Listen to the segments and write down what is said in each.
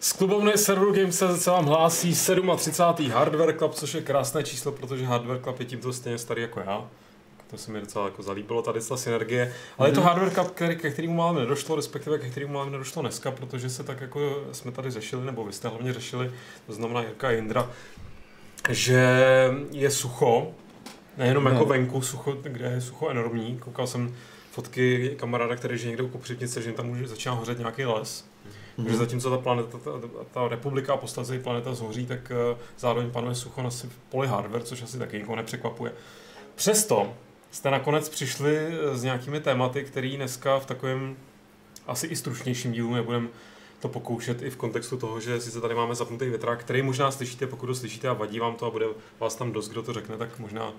Z klubovny serveru Games.cz se vám hlásí 37. Hardware Club, což je krásné číslo, protože Hardware Club je tímto stejně starý jako já. To se mi docela jako zalíbilo, tady ta synergie. Ale je to Hardware Club, ke kterému máme nedošlo, respektive ke kterému máme nedošlo dneska, protože se tak jako jsme tady řešili, nebo vy jste hlavně řešili, to znamená Jirka a Jindra, že je sucho, nejenom jako venku sucho, kde je sucho enormní. Koukal jsem fotky kamaráda, který žije někde u Kopřivnice, že jim tam už začíná hořet nějaký les. Protože zatímco ta planeta, ta republika a poslední planeta zhoří, tak zároveň panuje sucho na poli hardware, což asi taky nikoho nepřekvapuje. Přesto jste nakonec přišli s nějakými tématy, které dneska v takovém asi i stručnějším dílu nebudeme to pokoušet i v kontextu toho, že sice tady máme zapnutý větrák, který možná slyšíte, pokud ho slyšíte a vadí vám to a bude vás tam dost, kdo to řekne, tak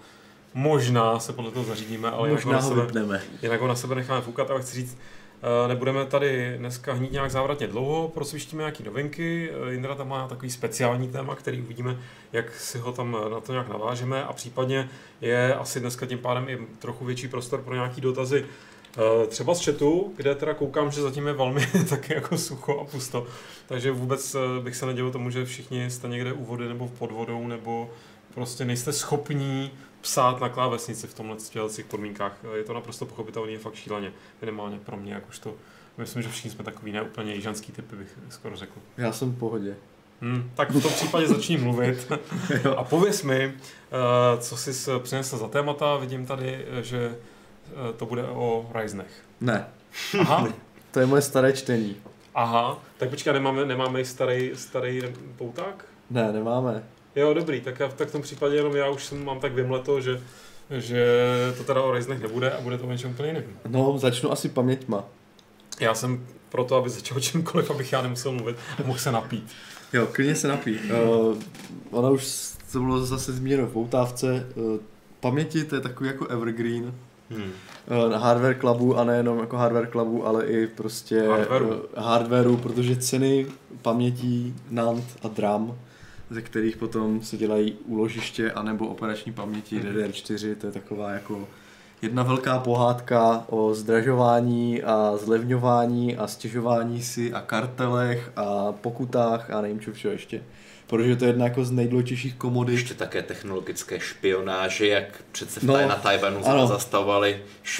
možná se podle toho zařídíme, ale jinak ho na sebe necháme foukat. Ale chci říct, nebudeme tady dneska hnít nějak závratně dlouho, prosvištíme nějaké novinky. Jindra tam má takový speciální téma, který uvidíme, jak si ho tam na to nějak navážeme a případně je asi dneska tím pádem i trochu větší prostor pro nějaký dotazy. Třeba z chatu, kde teda koukám, že zatím je velmi taky jako sucho a pusto, takže vůbec bych se nedělil tomu, že všichni jste někde u vody nebo pod vodou, nebo prostě nejste schopní psát na klávesnici v těch podmínkách. Je to naprosto pochopitelné, je fakt šíleně, minimálně pro mě, jakožto myslím, že všichni jsme takový neúplně jižanský typy, bych skoro řekl. Já jsem v pohodě. Tak v tom případě začni mluvit a pověz mi, co jsi přinesl za témata. Vidím tady, že to bude o Ryzenech. Ne. Aha. To je moje staré čtení. Aha, tak počkej, nemáme i starý pouták? Ne, nemáme. Jo, dobrý, tak v tom případě jenom já už mám tak vymleto, že to teda o Ryzenech nebude a bude to o něčem úplně jiném. No, začnu asi paměťma. Já jsem proto, aby začal čímkoliv, abych já nemusel mluvit a mohl se napít. Jo, klidně se napít. Ona už to bylo zase zmíněno v poutávce. Paměti, to je takový jako evergreen. Na Hardware Clubu a nejenom jako Hardware Clubu, ale i prostě hardwareu, protože ceny pamětí NAND a DRAM, ze kterých potom se dělají úložiště anebo operační paměti DDR4, to je taková jako jedna velká pohádka o zdražování a zlevňování a stěžování si a kartelech a pokutách a nevím čo všeho ještě. Protože to je jedna jako z nejdůležitějších komodit. Ještě také technologické špionáže, jak přece na Tajvanu zastavovali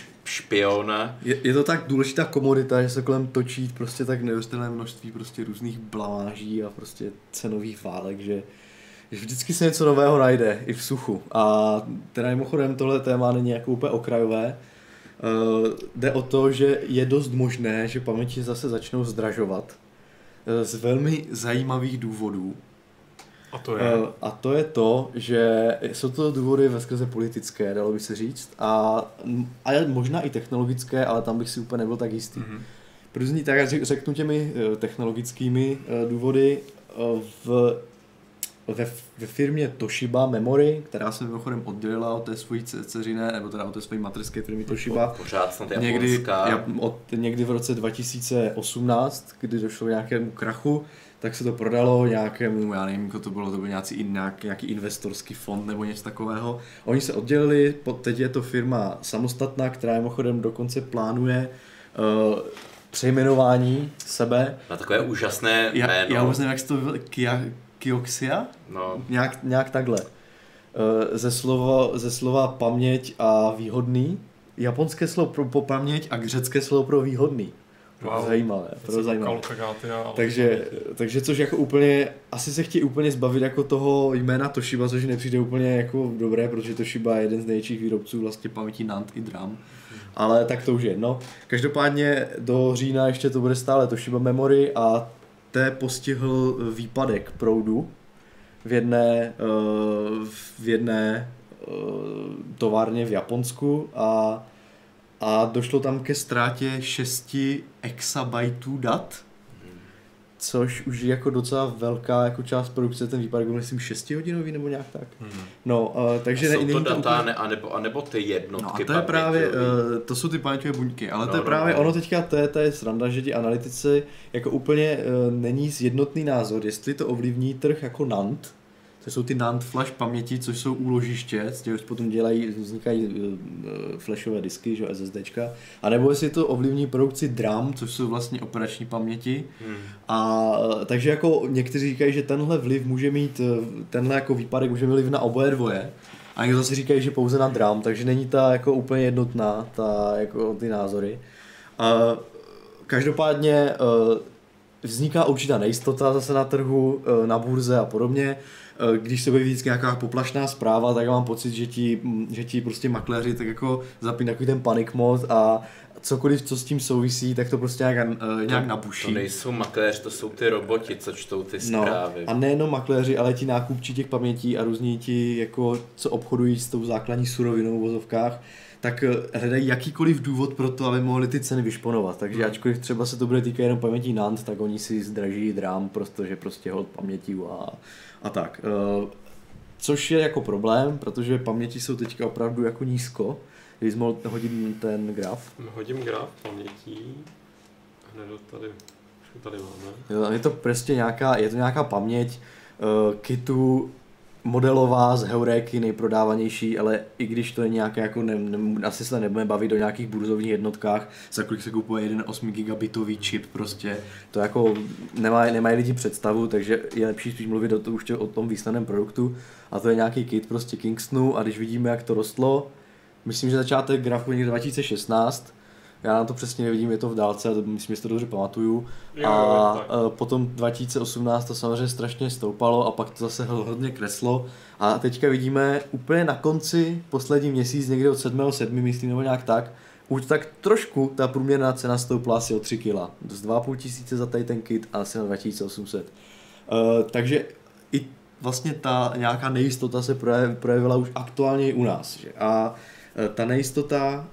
špiona. Je to tak důležitá komodita, že se kolem točí prostě tak neuvěřitelné množství prostě různých blamáží a prostě cenových válek, že vždycky se něco nového najde i v suchu. A teda mimochodem tohle téma není jako úplně okrajové. Jde o to, že je dost možné, že paměti zase začnou zdražovat z velmi zajímavých důvodů. A to je to, že jsou to důvody veskrze politické, dalo by se říct, a možná i technologické, ale tam bych si úplně nebyl tak jistý. První, tak řeknu těmi technologickými důvody. Ve firmě Toshiba Memory, která se mimochodem oddělila od té svojí dceřiné, nebo teda od té svojí mateřské firmy Toshiba. Pořád snad někdy v roce 2018, kdy došlo k nějakému krachu, tak se to prodalo nějakému, já nevím, to byl nějaký investorský fond nebo něco takového. Oni se oddělili, teď je to firma samostatná, která mimochodem dokonce plánuje přejmenování sebe. Na takové úžasné jméno. Já vůbec nevím, jak se to Kioxia? No. Nějak takhle. Ze slova paměť a výhodný. Japonské slovo pro paměť a řecké slovo pro výhodný. Wow. Zajímavé. Takže což jako úplně, asi se chtějí úplně zbavit jako toho jména Toshiba, což nepřijde úplně jako dobré, protože Toshiba je jeden z největších výrobců vlastně paměti NAND i DRAM. Ale tak to už je jedno. Každopádně do října ještě to bude stále Toshiba Memory a té postihl výpadek proudu v jedné továrně v Japonsku a došlo tam ke ztrátě 6 exabajtů dat, což už je jako docela velká jako část produkce, ten výpadek byl myslím 6 hodinový nebo nějak tak. No, takže jsou to data anebo ty jednotky. No a to je právě, to jsou ty paměťové buňky, ale to je právě ono teďka, to je sranda, že ti analytici jako úplně není jednotný názor, jestli to ovlivní trh jako NAND, To jsou ty NAND flash paměti, což jsou úložiště, z těch potom vznikají flashové disky, že, SSDčka. A nebo jestli to ovlivní produkci DRAM, což jsou vlastně operační paměti. A takže jako někteří říkají, že tenhle vliv může mít, tenhle jako výpadek může mít vliv na oboje dvoje. A někdo zase říkají, že pouze na DRAM, takže není ta jako úplně jednotná, jako ty názory. Každopádně vzniká určitá nejistota zase na trhu, na burze a podobně. Když se objeví vždycky nějaká poplašná zpráva, tak mám pocit, že ti prostě makléři tak jako zapínají takový ten panic mod a cokoliv, co s tím souvisí, tak to prostě nějak nabuší. To nejsou makléři, to jsou ty roboti, co čtou ty zprávy. No, a nejenom makléři, ale ti nákupčí těch pamětí a různí ti, jako, co obchodují s tou základní surovinou v vozovkách, tak hledají jakýkoliv důvod pro to, aby mohli ty ceny vyšponovat. Takže ačkoliv třeba se to bude týkat jenom pamětí NAND, tak oni si zdraží DRAM, protože prostě hold pamětí a tak. Což je jako problém, protože paměti jsou teďka opravdu jako nízko. Když mohl hodit ten graf. Hodím graf pamětí. Hned tady máme. Jo, je to prostě nějaká paměť kitu modelová z Heuréky, nejprodávanější, ale i když to je nějaké, jako asi se nebudeme bavit o nějakých burzovních jednotkách, za kolik se kupuje jeden 8 gigabitový čip prostě, to jako nemají lidi představu, takže je lepší spíš mluvit už o tom výsledném produktu a to je nějaký kit prostě Kingstonu a když vidíme, jak to rostlo, myslím, že začátek grafu někde 2016, já na to přesně nevidím, je to v dálce, myslím, že to dobře pamatuju. A potom 2018 to samozřejmě strašně stoupalo a pak to zase hodně kreslo. A teďka vidíme úplně na konci, poslední měsíc, někde od 7.7. myslím, nebo nějak tak, už tak trošku ta průměrná cena stoupla asi o 3 kg. Z 2,5 tisíce za tady ten kit a asi na 2800. Takže i vlastně ta nějaká nejistota se projevila už aktuálně i u nás. Že? A ta nejistota,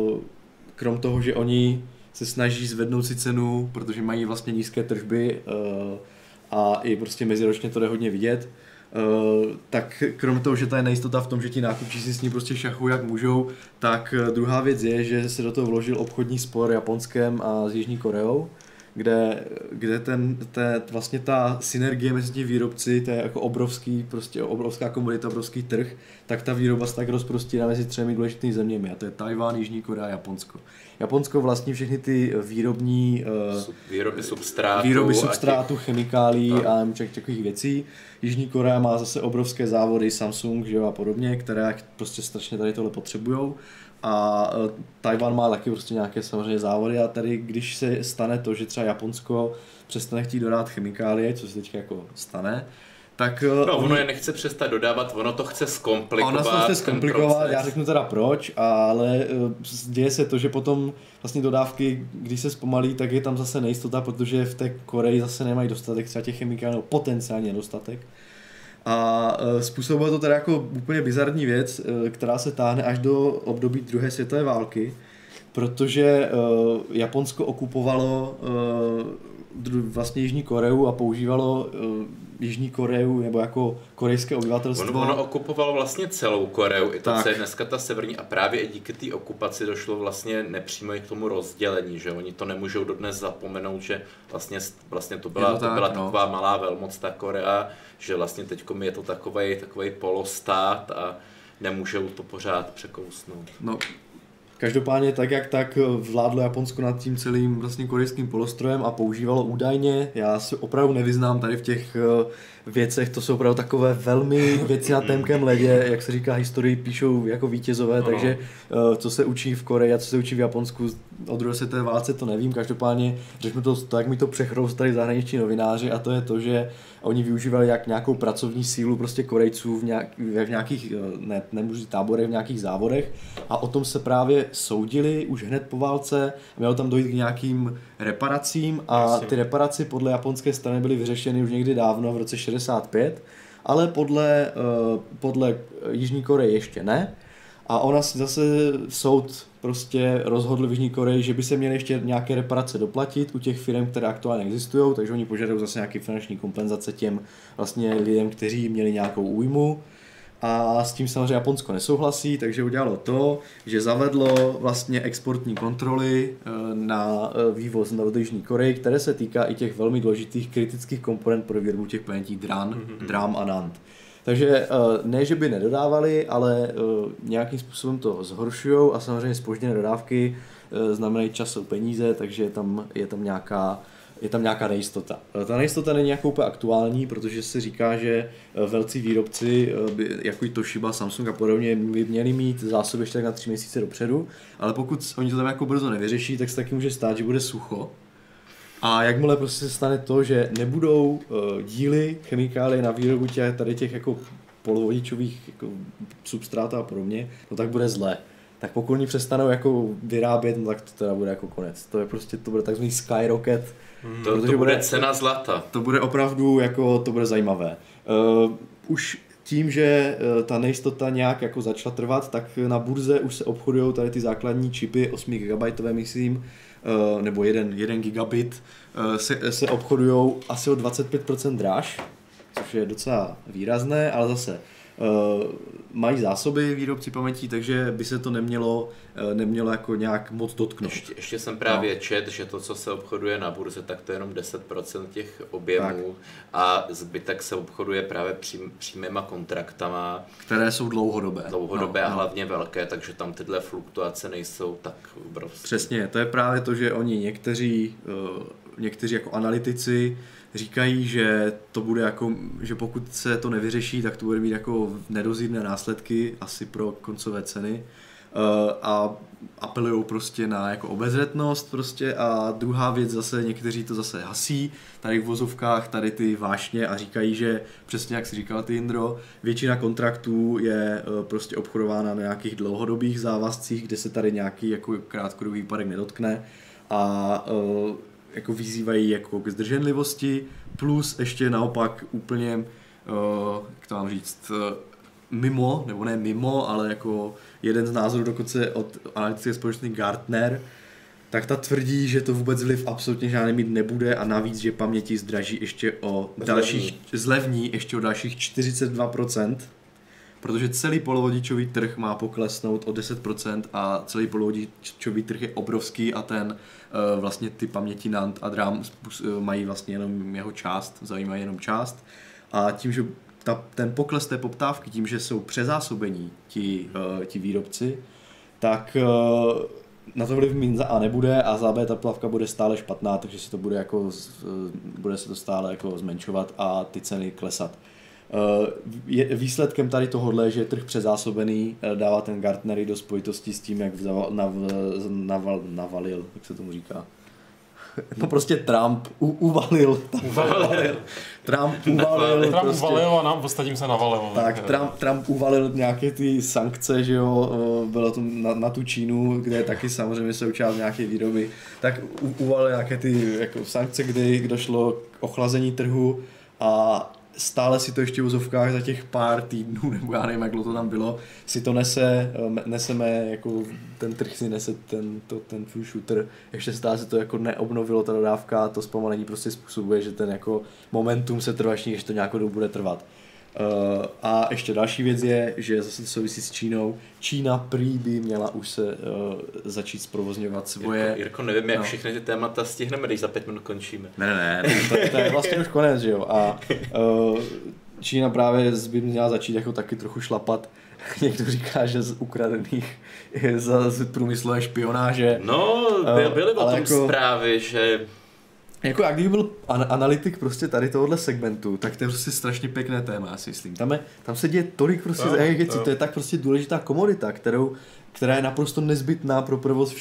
krom toho, že oni se snaží zvednout si cenu, protože mají vlastně nízké tržby a i prostě meziročně to jde hodně vidět, tak krom toho, že ta je nejistota v tom, že ti nákupčí si s ní prostě šachují jak můžou, tak druhá věc je, že se do toho vložil obchodní spor Japonskem a s Jižní Koreou, kde vlastně ta synergie mezi těmi výrobci, to je jako obrovská komodita, obrovský trh, tak ta výroba se tak rozprostírá mezi 3 důležitými zeměmi, a to je Tajván, Jižní Korea a Japonsko. Japonsko vlastní všechny ty výroby substrátu, chemikálií a takových věcí. Jižní Korea má zase obrovské závody, Samsung, že jo, a podobně, které prostě strašně tady tohle potřebujou. A Tajvan má taky prostě nějaké samozřejmě závody a tady, když se stane to, že třeba Japonsko přestane chtít dodávat chemikálie, co se teď jako stane, tak... No, ono je nechce přestat dodávat, ono to chce zkomplikovat. Ono to chce zkomplikovat, já řeknu teda proč, ale děje se to, že potom vlastně dodávky, když se zpomalí, tak je tam zase nejistota, protože v té Koreji zase nemají dostatek třeba těch chemikálií, nebo potenciálně nedostatek. A způsobuje to teda jako úplně bizarní věc, která se táhne až do období druhé světové války, protože Japonsko okupovalo vlastně Jižní Koreu a používalo Jižní Koreu nebo jako korejské obyvatelstvo. Ono okupovalo vlastně celou Koreu, i to, co je dneska ta severní, a právě díky té okupaci došlo vlastně nepřímo i k tomu rozdělení, že oni to nemůžou dodnes zapomenout, že vlastně to byla taková malá velmoc ta Korea, že vlastně teďkom je to takovej polostát a nemůžou to pořád překousnout. No. Každopádně tak, jak tak vládlo Japonsko nad tím celým vlastně korejským polostrojem a používalo údajně, já se opravdu nevyznám tady v těch věcech, to jsou opravdu takové velmi věci na témkém ledě, jak se říká, historii píšou jako vítězové, takže co se učí v Koreji a co se učí v Japonsku od druhé světové válce, to nevím, každopádně řeknu to tak, mi to přechroustali zahraniční novináři a to je to, že oni využívali jak nějakou pracovní sílu prostě Korejců v nějakých, nemůžu říct táborech, v nějakých závodech a o tom se právě soudili už hned po válce, mělo tam dojít k nějakým reparacím a ty reparace podle japonské strany byly vyřešeny už někdy dávno v roce 65, ale podle Jižní Koreje ještě ne. A ona zase soud prostě rozhodl v Jižní Koreji, že by se měly ještě nějaké reparace doplatit u těch firm, které aktuálně existují, takže oni požadují zase nějaké finanční kompenzace těm vlastně lidem, kteří měli nějakou újmu. A s tím samozřejmě Japonsko nesouhlasí, takže udělalo to, že zavedlo vlastně exportní kontroly na vývoz do Jižní Koreji, které se týká i těch velmi důležitých kritických komponent pro výrobu těch pamětí DRAM a NAND. Takže ne, že by nedodávali, ale nějakým způsobem to zhoršujou a samozřejmě zpožděné dodávky znamenají čas a peníze, takže je tam nějaká nejistota. Ta nejistota není jako úplně aktuální, protože se říká, že velcí výrobci, jako i Toshiba, Samsung a podobně, by měli mít zásoby ještě tak na 3 měsíce dopředu, ale pokud oni to tam jako brzo nevyřeší, tak se taky může stát, že bude sucho. A jakmile prostě se stane to, že nebudou díly, chemikálie na výrobu těch jako polovodičových jako substrátů a podobně, no tak bude zlé. Tak pokud oni přestanou jako vyrábět, no tak to teda bude jako konec. To bude takzvaný skyrocket. To bude cena zlata. To bude opravdu jako, to bude zajímavé. Už tím, že ta nejistota nějak jako začala trvat, tak na burze už se obchodují tady ty základní čipy 8 GB, myslím, nebo 1 gigabit, se obchodují asi o 25% dráž, což je docela výrazné, ale zase mají zásoby výrobci pamětí, takže by se to nemělo jako nějak moc dotknout. Ještě jsem právě četl, že to, co se obchoduje na burze, tak to je jenom 10% těch objemů tak. A zbytek se obchoduje právě přímýma kontraktama, které jsou dlouhodobé a hlavně velké, takže tam tyhle fluktuace nejsou tak obrovské. Přesně, to je právě to, že oni někteří jako analytici říkají, že to bude jako, že pokud se to nevyřeší, tak to bude mít jako nedozírné následky asi pro koncové ceny a apelují prostě na jako obezřetnost prostě. A druhá věc zase, někteří to zase hasí tady v vozovkách, tady ty vášně a říkají, že přesně jak jsi říkal ty, Jindro, většina kontraktů je prostě obchodována na nějakých dlouhodobých závazcích, kde se tady nějaký jako krátkodobý výpadek nedotkne a jako vyzývají jako k zdrženlivosti, plus ještě naopak úplně, jak to mám říct, mimo, nebo ne mimo, ale jako jeden z názorů dokonce od analytické společnosti Gartner, tak ta tvrdí, že to vůbec vliv absolutně žádný mít nebude a navíc, že paměti zdraží ještě o zlevní ještě o dalších 42%, protože celý polovodičový trh má poklesnout o 10% a celý polovodičový trh je obrovský a ten vlastně ty paměti NAND a DRAM mají vlastně jenom jeho část, zajímají jenom část a tím, že ten pokles té poptávky, tím, že jsou přezásobení ti výrobci, tak na to vliv mít za A nebude a za B ta poptávka bude stále špatná, takže se to bude se to stále jako zmenšovat a ty ceny klesat. Výsledkem tady tohohle, že je trh přezásobený, dává ten Gartner do spojitosti s tím, jak navalil, jak se tomu říká. No prostě Trump uvalil. Trump uvalil a nám ostatním se navalil. Tak, Trump uvalil nějaké ty sankce, že jo, bylo to na tu Čínu, kde taky samozřejmě se učila nějaké výroby, tak uvalil nějaké ty jako sankce, kdy došlo k ochlazení trhu a stále si to ještě v vozovkách za těch pár týdnů, nebo já nevím, jak dlouho to tam bylo, si to neseme, jako ten trh si nese ten full shooter, ještě stále se to jako neobnovilo ta dodávka, to zpomalení prostě způsobuje, že ten jako momentum se trvačný, že to nějakou dobu bude trvat. A ještě další věc je, že zase to souvisí s Čínou. Čína prý by měla už se začít zprovozňovat svoje... Jirko, nevím, jak všechny ty témata stihneme, když za 5 minut končíme. Ne, to je vlastně už konec, že jo. A Čína právě by měla začít jako taky trochu šlapat. Někdo říká, že z ukradených z průmyslové špionáže. No, byly o tom jako zprávy, že... Jako jak kdyby byl analytik prostě tady tohohle segmentu, tak to je prostě strašně pěkné téma, já si myslím. Tam se děje tolik prostě věcí, to je tak prostě důležitá komodita, která je naprosto nezbytná pro provoz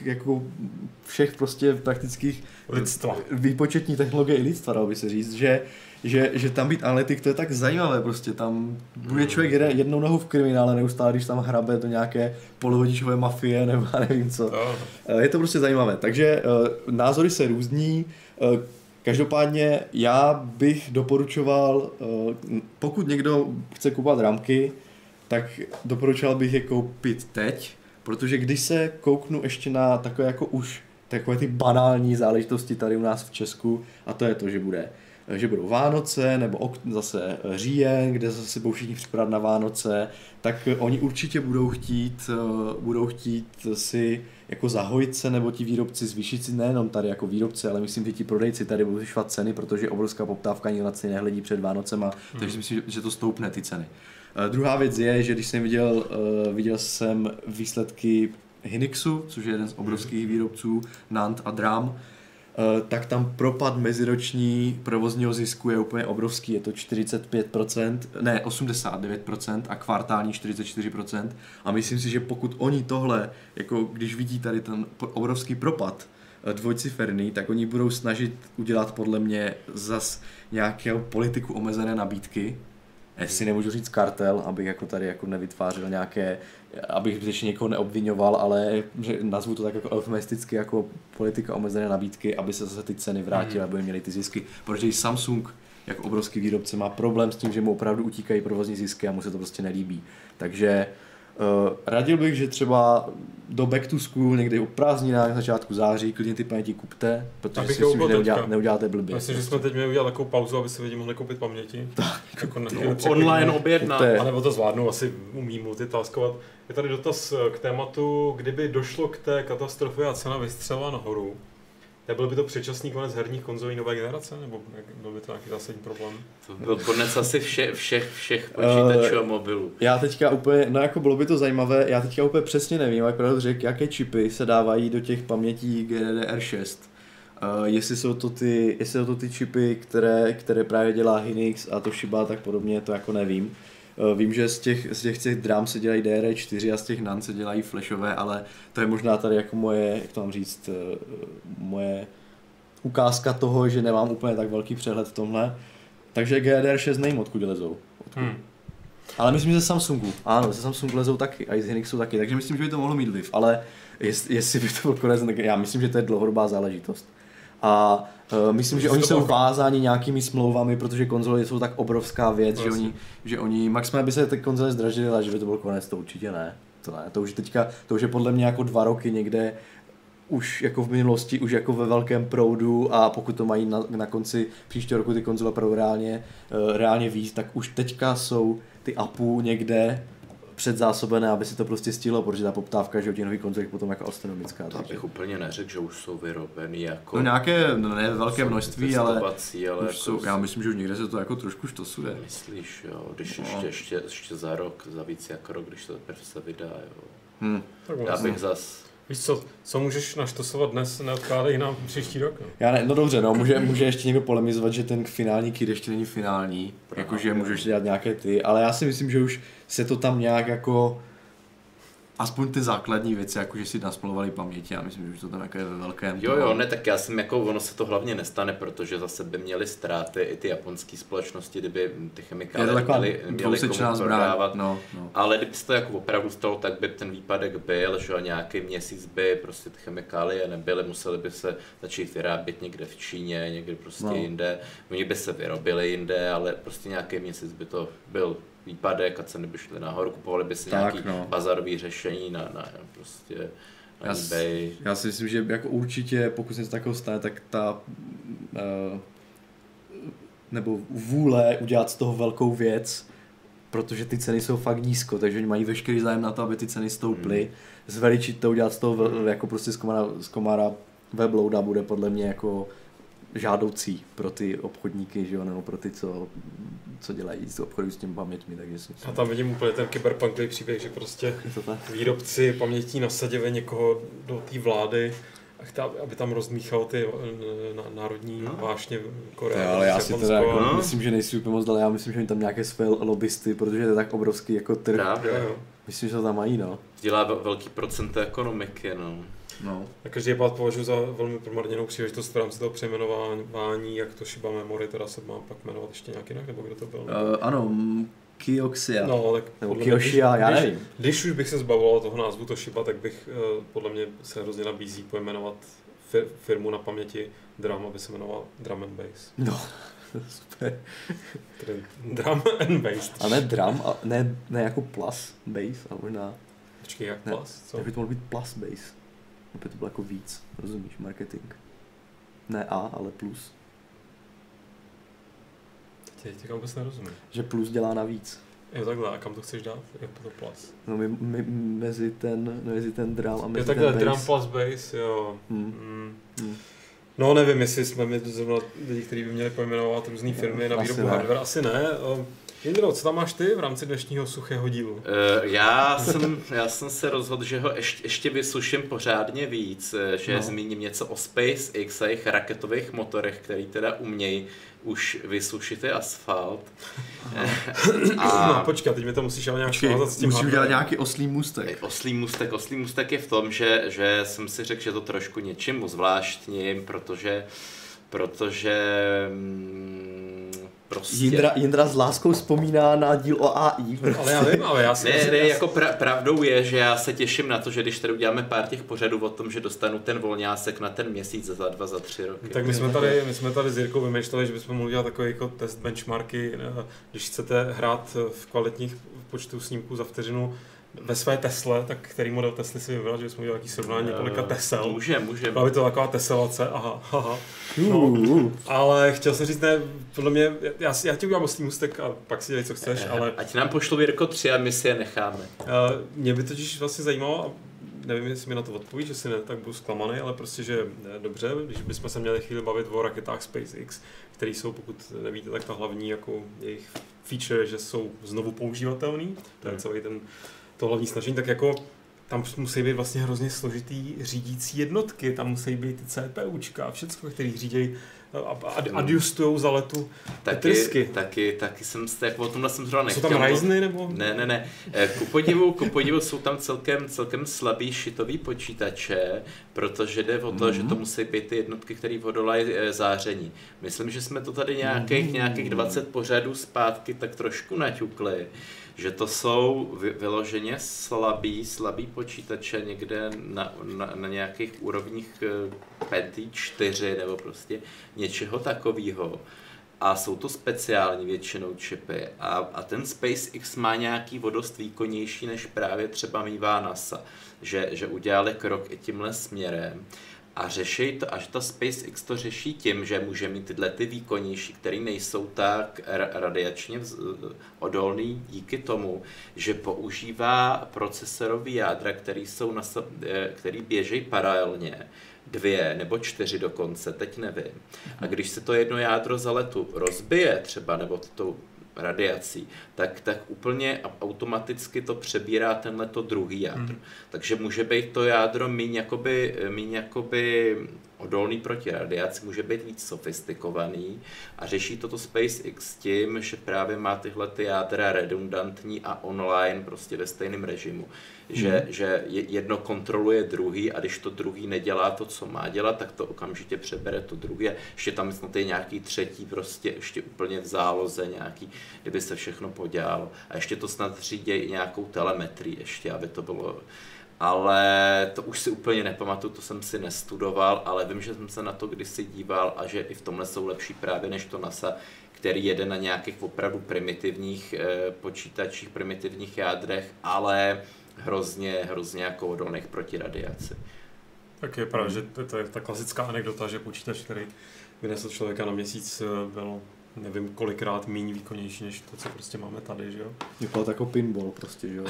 všech prostě praktických výpočetní technologie i lidstva, dalo by se říct, že tam být analytik, to je tak zajímavé prostě, tam bude člověk jednou nohou v kriminále neustále, když tam hrabe do nějaké polovodičové mafie nebo nevím co. Je to prostě zajímavé, takže názory se různí, každopádně já bych doporučoval, pokud někdo chce kupovat rámky, tak doporučoval bych je koupit teď, protože když se kouknu ještě na takové jako už takové ty banální záležitosti tady u nás v Česku, a to je to, že bude že budou Vánoce, nebo zase říjen, kde zase budou všichni připadat na Vánoce, tak oni určitě budou chtít si jako zahojit se, nebo ti výrobci zvýšit si nejenom tady jako výrobci, ale myslím, že ti prodejci tady budou zvyšovat ceny, protože je obrovská poptávka, nikdo na ceny nehledí před Vánocema, takže si myslím, že to stoupne ty ceny. Druhá věc je, že když jsem viděl jsem výsledky Hynixu, což je jeden z obrovských výrobců NAND a DRAM, tak tam propad meziroční provozního zisku je úplně obrovský, je to 89% a kvartální 44%. A myslím si, že pokud oni tohle, jako když vidí tady ten obrovský propad dvojciferný, tak oni budou snažit udělat podle mě zas nějakou politiku omezené nabídky. Si nemůžu říct kartel, abych jako tady jako nevytvářel nějaké, abych zbytečně někoho neobvinoval, ale že nazvu to tak jako eufemisticky jako politika omezené nabídky, aby se zase ty ceny vrátily, aby měli ty zisky, protože i Samsung jako obrovský výrobce má problém s tím, že mu opravdu utíkají provozní zisky a mu se to prostě nelíbí. Takže radil bych, že třeba do back to school někdy o prázdninách na začátku září klidně ty paměti kupte, protože si myslím, že neuděláte blbě. Myslím, že jsme teď měli udělat takovou pauzu, aby si lidi mohli koupit paměti. Tak, jako online objednat. A nebo to zvládnou, asi umí multitaskovat. Je tady dotaz k tématu, kdyby došlo k té katastrofě a cena vystřelila nahoru. Nebyl by to předčasný konec herních konzolí nové generace, nebo byl by to nějaký zásadní problém? To byl konec asi všech počítačů a mobilů. Já teďka úplně, no jako bylo by to zajímavé, já teďka úplně přesně nevím, jak pravdu řekl, jaké čipy se dávají do těch pamětí GDDR6. Jestli jsou to ty čipy, které právě dělá Hynix a Toshiba, tak podobně, to jako nevím. Vím, že z těch DRAM se dělají DDR4 a z těch NAND se dělají flashové, ale to je možná tady jako moje, jak to mám říct, moje ukázka toho, že nemám úplně tak velký přehled v tomhle. Takže GDDR6 nevím, odkud lezou. Ale myslím, že ze Samsungu. Ano, ze Samsungu lezou taky a i z Hynixu taky, takže myslím, že by to mohlo mít vliv, ale jestli by to byl konec, tak já myslím, že to je dlouhodobá záležitost. A myslím, že oni jsou vázáni nějakými smlouvami, protože konzole jsou tak obrovská věc, že oni maximálně by se ty konzole zdražily, ale že by to byl konec, to určitě ne. To už je podle mě jako 2 roky někde už jako v minulosti, už jako ve velkém proudu a pokud to mají na konci příštího roku ty konzole opravdu reálně víc, tak už teďka jsou ty APU někde předzásobené, aby si to prostě stihlo, protože ta poptávka, že o těch nových konzolích potom jako astronomická. To bych úplně neřekl, že už jsou vyrobený jako... No nějaké, ne velké množství, ale už jako jsou, já myslím, že už někde se to jako trošku štosuje. Myslíš, jo, když ještě za rok, za víc jak rok, když to teprve se vydá, jo. Já bych zas... Víš co můžeš naštosovat dnes, neodkládej na příští rok? No? Já ne, no dobře, no, může ještě někdo polemizovat, že ten finální kit ještě není finální, jakože můžeš dělat nějaké ale já si myslím, že už se to tam nějak jako, aspoň ty základní věci, jako že si nasmlouvali paměti, já myslím, že už to tam jako je ve velkém. Jo, ne, tak já jsem jako, ono se to hlavně nestane, protože zase by měly ztráty i ty japonské společnosti, kdyby ty chemikálie neměly komu prodávat. No. Ale kdyby se to jako opravdu stalo, tak by ten výpadek byl, že nějaký měsíc by prostě ty chemikálie nebyly, museli by se začít vyrábět někde v Číně, někde prostě jinde. Oni by se vyrobili jinde, ale prostě nějaký měsíc by to byl výpadek a ceny by šly nahoru, kupovali by si nějaký bazarový řešení na prostě na eBay. Já si myslím, že jako určitě, pokud se něco takového stane, tak ta nebo vůle udělat z toho velkou věc, protože ty ceny jsou fakt nízko, takže oni mají veškerý zájem na to, aby ty ceny stouply. Zveličit to, udělat z toho jako prostě z komára webloada bude podle mě jako žádoucí pro ty obchodníky, že jo, nebo pro ty, co dělají z obchodu s těmi paměťmi, takže si myslím. A tam vidím úplně ten kyberpunkový příběh, že prostě výrobci pamětí nasadili někoho do té vlády, aby tam rozmíchal ty národní vášně Koreje. Ale já si teda jako myslím, že nejsi úplně moc dal, já myslím, že oni tam nějaké své lobbysty, protože to je tak obrovský jako trh. Právě. Myslím, že to tam mají, no. Dělá velký procento ekonomiky, No. A každý pád považuji za velmi promarněnou příležitost v rámci toho přejmenování, jak to Toshiba Memory teda se má pak jmenovat ještě nějak jinak, nebo kdo to byl? Ano, Kioxia. No, tak nebo Kioxia, já nevím. Když už bych se zbavoval toho názvu Toshiba, tak bych podle mě se hrozně nabízí pojmenovat firmu na paměti DRAM, aby se jmenoval Drum and Bass. No, super. Drum and Bass. A ne drum, a ne jako plus bass, ale možná... Počkej, jak plus? Co? Jak by to mohlo být plus bass? Aby to bylo jako víc, rozumíš, marketing. Ne A, ale plus. Teď vůbec nerozumím. Že plus dělá navíc. Jo takhle, a kam to chceš dát? Je to plus. No mezi ten drum a mezi ten bass. Drum plus bass, jo. No nevím, jestli jsme my zrovna lidi, kteří by měli pojmenovat různé firmy na výrobu hardware, asi ne. Jindro, co tam máš ty v rámci dnešního suchého dílu? Já jsem se rozhodl, že ho ještě vysuším pořádně víc, že zmíním něco o SpaceX a jejich raketových motorech, který teda umějí už vysušit asfalt. No počkej, teď mi to musíš ale nějak svázat s tím musíš udělat nějaký oslý můstek. Oslý můstek je v tom, že jsem si řekl, že to trošku něčemu zvláštním, protože prostě... Jindra s láskou vzpomíná na díl o AI. Ale já vím, ale já si... Ne, jako pravdou je, že já se těším na to, že když tady uděláme pár těch pořadů o tom, že dostanu ten volňásek na ten měsíc za 2, za 3 roky. Tak my jsme tady s Jirkou vymýšleli, že bychom mohli dělat takové jako test benchmarky, když chcete hrát v kvalitních počtu snímků za vteřinu ve své Tesle, tak který model Tesly si vybral, že jsme udělali nějaký srovnání několika Tesel. Může. Byla by to taková teselace, aha. No, ale chtěl jsem říct, ne, podle mě, já ti udělám oslý můstek a pak si dělej, co chceš, ale... Ať nám pošlou Jirko 3 a my si je necháme. Mě by totiž vlastně zajímalo, a nevím, jestli mi na to odpovíš, že si ne, tak budu zklamaný, ale prostě, že dobře, když bychom se měli chvíli bavit o raketách SpaceX, které jsou, pokud nevíte, tak ta hlavní jako jejich feature, že jsou znovu používatelný, to je celý to hlavní snažení, tak jako tam musí být vlastně hrozně složitý řídící jednotky, tam musí být ty CPUčka a všecko, který řídí adjustujou za letu trysky. Taky jsem jako o tomhle jsem zrovna nechtěl. Jsou tam Ryzeny nebo? Ne. Ku podivu jsou tam celkem slabý šitový počítače, protože jde o to, že to musí být ty jednotky, které odolají záření. Myslím, že jsme to tady nějakých 20 pořadů zpátky tak trošku naťukli, že to jsou vyloženě slabý počítače někde na nějakých úrovních Pentium 4 nebo prostě něčeho takového. A jsou to speciální většinou čipy. A ten SpaceX má nějaký dost výkonnější, než právě třeba mívá NASA. Že udělali krok i tímhle směrem. A řeší to, až ta SpaceX to řeší tím, že může mít tyhle ty výkonnější, které nejsou tak radiačně odolný díky tomu, že používá procesorový jádra, který běží paralelně, 2 nebo 4 dokonce, teď nevím. A když se to jedno jádro za letu rozbije třeba, nebo tou radiací, tak úplně automaticky to přebírá tenhleto druhý jádro. Takže může být to jádro míň jakoby odolný proti radiaci, může být víc sofistikovaný a řeší toto SpaceX tím, že právě má tyhle ty jádra redundantní a online prostě ve stejném režimu. Že jedno kontroluje druhý a když to druhý nedělá to, co má dělat, tak to okamžitě přebere to druhý. Ještě tam snad je nějaký třetí prostě ještě úplně v záloze nějaký, kdyby se všechno podělalo. A ještě to snad řídí nějakou telemetrii ještě, aby to bylo... Ale to už si úplně nepamatuju, to jsem si nestudoval, ale vím, že jsem se na to kdysi díval a že i v tomhle jsou lepší právě než to NASA, který jede na nějakých opravdu primitivních počítačích, primitivních jádrech, ale hrozně jako odolných proti radiaci. Tak je pravda, že to je ta klasická anekdota, že počítač, který vynesl člověka na měsíc, byl nevím kolikrát méně výkonnější než to, co prostě máme tady, že jo? Vypadá jako pinball prostě, že jo?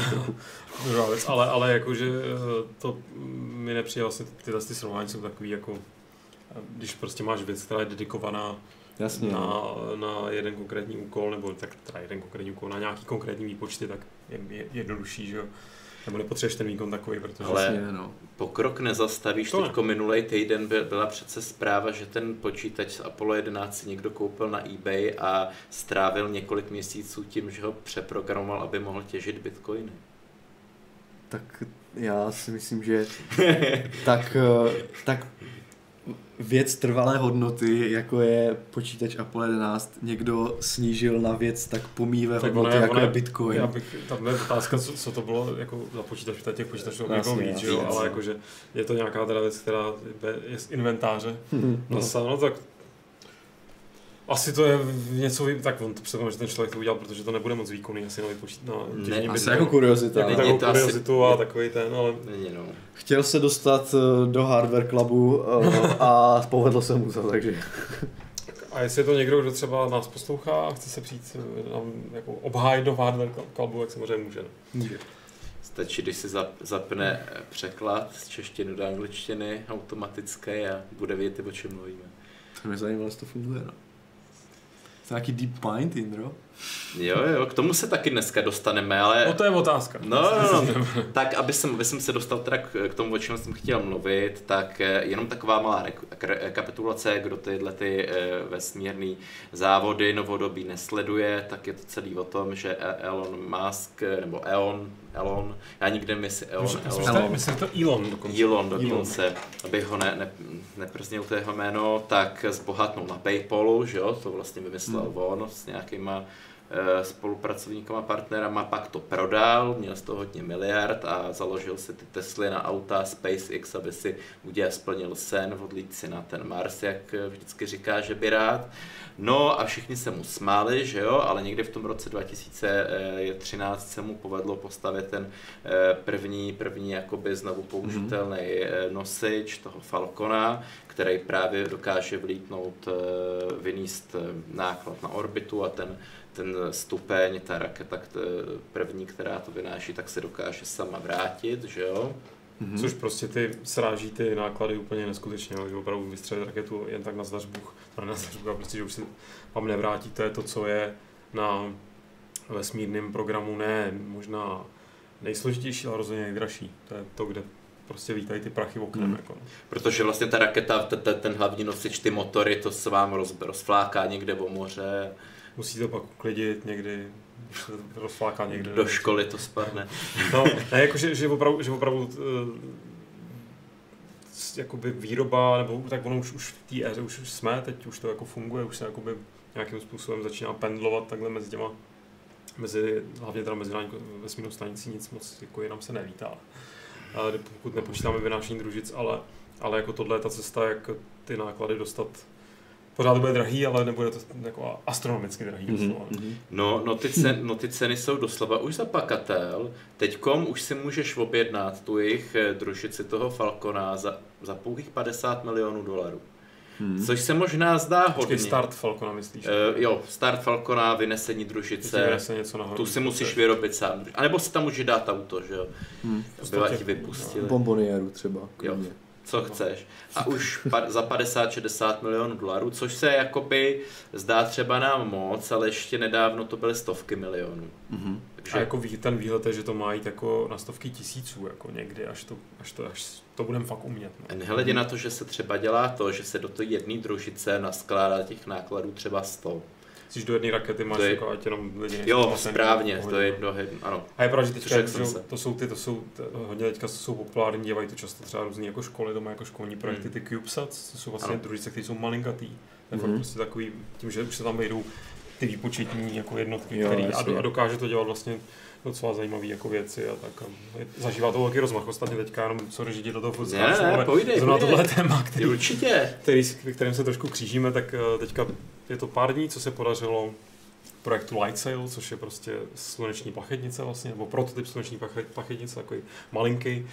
ale jakože to mi nepřijde vlastně, tyhle srovnání jsou takový jako, když prostě máš věc, která je dedikovaná jasně, na jeden konkrétní úkol, nebo tak teda jeden konkrétní úkol, na nějaký konkrétní výpočty, tak je jednodušší, že jo? Nebo nepotřebuješ ten výkon takový, protože... Ale pokrok nezastavíš. Teďko minulej týden byla přece zpráva, že ten počítač z Apollo 11 někdo koupil na eBay a strávil několik měsíců tím, že ho přeprogramoval, aby mohl těžit bitcoiny. Tak já si myslím, že tak věc trvalé hodnoty, jako je počítač Apollo 11, někdo snížil na věc tak pomíjivé hodnoty, jako je Bitcoin. Tam je otázka, co to bylo jako za počítač, těch počítačů jako víc, jo, ale jakože je to nějaká teda věc, která je z inventáře. No tak asi to je něco, tak on to předpokládá, že ten člověk to udělal, protože to nebude moc výkonný, asi nový počítač. Ne, asi jako kuriozita. Takovou kuriozitu a takový ten, ale... Chtěl se dostat do Hardware Clubu a povedlo se mu to, takže... A jestli je to někdo, kdo třeba nás poslouchá a chce se přijít jako obhájit do Hardware Clubu, jak samozřejmě může. Může. Stačí, když si zapne překlad z češtiny do angličtiny automatický a bude vědět, o čem mluvíme. To mě zajímalo, jestli to funguje, no. To je nějaký deep mind, Indro? Jo, k tomu se taky dneska dostaneme, ale... No to je otázka. No. Tak, aby jsem se dostal teda k tomu, o čem jsem chtěl mluvit, tak jenom taková malá rekapitulace, kdo tyhle ty vesmírný závody novodobí nesleduje, tak je to celý o tom, že Elon Musk, nebo Elon, já nikdy myslím Myslím to Elon dokonce, abych ho neprznil to jeho jméno, tak zbohatnul na PayPalu, že jo, to vlastně vymyslel on s nějakýma spolupracovníkama, partnerama, pak to prodal, měl z toho hodně miliard a založil si ty Tesly na auta SpaceX, aby si splnil sen, odlít si na ten Mars, jak vždycky říká, že by rád. No a všichni se mu smáli, že jo, ale někdy v tom roce 2013 se mu povedlo postavit ten první jakoby znovu použitelný nosič toho Falcona, který právě dokáže vlítnout, vynést náklad na orbitu a ten stupeň, ta raketa první, která to vynáší, tak se dokáže sama vrátit, že jo? Což prostě sráží ty náklady úplně neskutečně, že opravdu vystřelit raketu jen tak na zdařbuch, a prostě, že už si vám nevrátí, to je to, co je na vesmírném programu, ne možná nejsložitější, ale rozhodně nejdražší. To je to, kde prostě vítají ty prachy oknem. Jako. Protože vlastně ta raketa, ten hlavní nosič, ty motory, to se vám rozfláká někde o moře. Musí to pak uklidit někdy, když se to rozfláká někde. Do školy to spadne. No, ne, jako, že opravdu jakoby výroba, nebo tak ono už v té éře už jsme, teď už to jako funguje, už se jakoby nějakým způsobem začíná pendlovat takhle hlavně teda mezinárodní vesmírnou stanicí, nic moc jako jinam se nevítá. Pokud nepočítáme vynášení družic, ale jako tohle je ta cesta, jak ty náklady dostat. Pořád to bude drahý, ale nebude to jako astronomicky drahý. No ty ceny jsou doslova už za pakatel. Teďkom už si můžeš objednat tu jejich družici toho Falcona za pouhých $50 milionů. Což se možná zdá hodně. Start Falcona myslíš? Jo, start Falcona, vynesení družice, tu si musíš vyrobit sám. A nebo si tam můžeš dát auto, že jo? Aby ti vypustili. Bomboniéru třeba. Jo. Co chceš. A už za 50-60 milionů dolarů, což se jakoby zdá třeba nám moc, ale ještě nedávno to byly stovky milionů. Takže... A jako ten výhled je, že to má jít jako na stovky tisíců, jako někdy, až to budeme fakt umět. No. Nehledě na to, že se třeba dělá to, že se do té jedné družice naskládá těch nákladů třeba 100. Když do jedné rakety máš jako ať jenom lidi. Jo, správně, to je jedno, ano. A je pravda, že teďka, to jsou hodně teďka jsou populární, dělají to často třeba různý jako školy, doma jako školní projekty, ty CubeSats, to jsou vlastně družice, které jsou malinkatý. To je fakt prostě takový, tím, že už se tam vejdou ty výpočetní jako jednotky, a dokáže to dělat vlastně docela zajímavé jako věci a tak. Zažívá to velký rozmach, ostatně teďka jenom co řešit do toho furt skáču, ale zrovna tohle téma, kterým se trošku křížíme, tak teďka je to pár dní, co se podařilo projektu LightSail, což je prostě sluneční plachetnice vlastně, nebo prototyp sluneční plachetnice, takový malinký,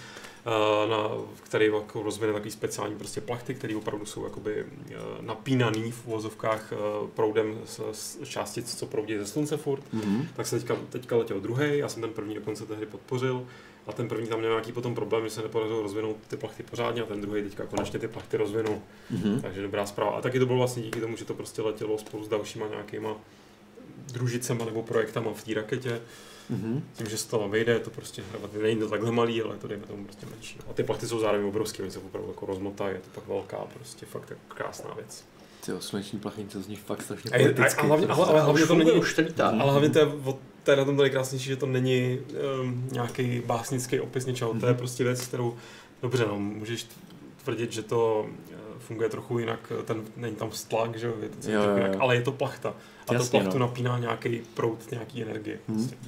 který jako rozvine takový speciální prostě plachty, které opravdu jsou jakoby napínaný v uvozovkách proudem z částic, co proudí ze slunce furt. Tak se teďka letěl druhý, já jsem ten první dokonce tehdy podpořil. A ten první tam měl nějaký potom problém, že se nepodařilo rozvinout ty plachty pořádně a ten druhý teďka konečně ty plachty rozvinul. Takže dobrá zpráva. A taky to bylo vlastně díky tomu, že to prostě letělo spolu s dalšíma nějakýma družicema nebo projektama v té raketě. Tím, že se to tam vejde, to prostě není to takhle malý, ale to dejme tomu prostě menší. A ty plachty jsou zároveň obrovské, oni se opravdu jako rozmotají, je to pak velká, prostě fakt jako krásná věc. Tyjo, sluneční plachetnice zní fakt strašně poeticky. Ale hlavně to není už ale hlavně to je na tom nejkrásnější, že to není nějaký básnický opis něčeho, to je prostě věc, kterou, dobře, no, můžeš tvrdit, že to funguje trochu jinak, není tam stlak, že je to jinak, ale je to plachta. A to plachtu napíná nějaký proud, nějaký energie. Prostě.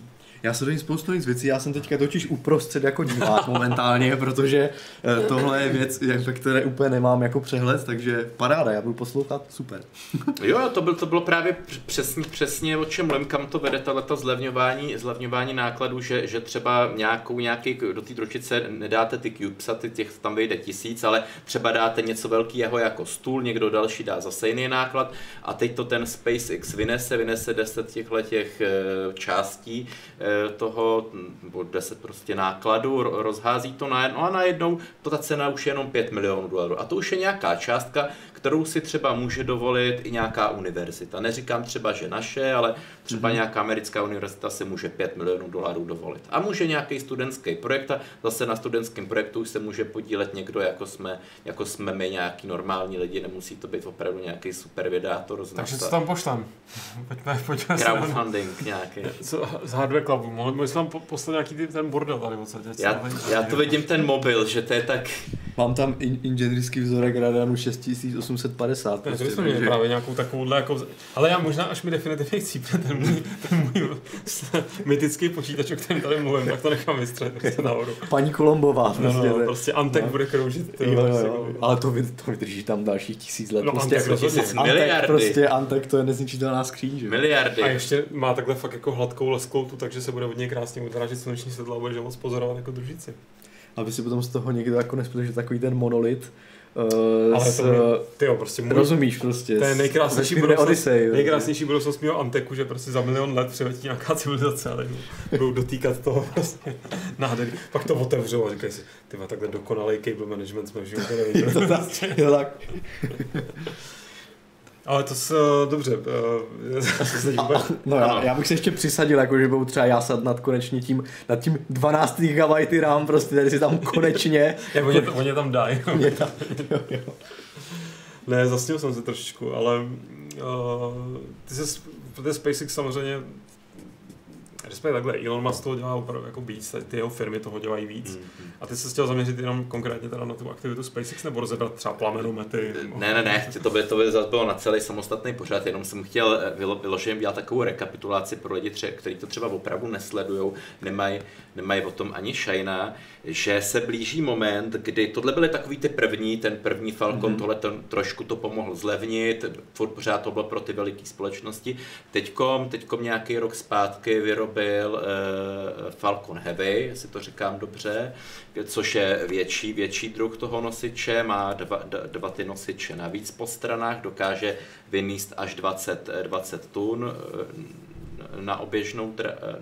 Já se dojím spoustu věcí, já jsem teďka totiž uprostřed jako divák momentálně, protože tohle je věc, ve které úplně nemám jako přehled, takže paráda, já budu poslouchat, super. Jo, to bylo právě přesně o čem mluvím, kam to vede tato zlevňování nákladů, že třeba nějaký do té družice nedáte ty CubeSaty, těch tam vyjde 1000, ale třeba dáte něco velkého jako stůl, někdo další dá zase jiný náklad a teď to ten SpaceX vynese 10 těch částí toho, nebo 10 prostě nákladů, rozhází to a najednou ta cena už je jenom $5 milionů. A to už je nějaká částka, kterou si třeba může dovolit i nějaká univerzita. Neříkám třeba, že naše, ale třeba nějaká americká univerzita si může $5 milionů dovolit. A může nějaký studentský projekt a zase na studentském projektu už se může podílet někdo, jako jsme my, nějaký normální lidi, nemusí to být opravdu nějaký super vydátor. Takže co tam pošlám? Pojďme crowdfunding nějaký. Z Hardware Clubu. Mohli jsme tam poslat nějaký ten bordel tady odsaď. Já to vidím ten mobil, že to je tak... Mám tam inženýrský vzorek Radeonu 6850. To jsme měli právě nějakou takovouhle jako... Ale já možná, až mi definitivně chcípne ten můj mytický počítač, o kterém tady mluvím, tak to nechám vystřelit nahoru. Paní Kolombová. Prostě Antek bude kroužit. Ale to vydrží tam dalších 1000 let. No prostě Antek rozhodně. Miliardy. Prostě Antek to je nezničitelná skříň, že? Miliardy. A ještě má takhle fakt jako hladkou lesklou tu, takže se bude hodně krásně odrážet sluneční světlo a budeš moc pozorovat jako družici. Aby si potom z toho někdo jako nespěl, že takový ten monolit. Ale prostě rozumíš prostě. To je nejkrásnější budoucnost mého Anteku, že prostě za 1 000 000 let přiletí nějaká civilizace, ale budou dotýkat toho prostě nádherný. Pak to otevřou a říkají si, tyva, takhle dokonalý cable management jsme v životě neviděli. Jo tak. Ale to se, dobře, já bych se ještě přisadil, jako že budu třeba jásat konečně nad tím 12 GB RAM, prostě tady si tam konečně. Oni tam dají. Ne, zasnil jsem se trošičku, ale ty SpaceX samozřejmě, respektive takhle, Elon Musk toho dělá opravdu jako víc, ty jeho firmy toho dělají víc. A ty se chtěl zaměřit jenom konkrétně teda na tu aktivitu SpaceX, nebo rozebrat třeba plamenometry? Ne, to by zase bylo na celý samostatný pořad, jenom jsem chtěl vyloženě dělat takovou rekapitulaci pro lidi, kteří to třeba opravdu nesledujou, nemají o tom ani šajna, že se blíží moment, kdy tohle byly takový ten první Falcon, tohle trošku to pomohl zlevnit, pořád to bylo pro ty veliké společnosti. Teďkom nějaký rok zpátky vyrobil Falcon Heavy, jestli to říkám dobře, což je větší druh toho nosiče, má dva ty nosiče navíc po stranách, dokáže vynést až 20 tun na oběžnou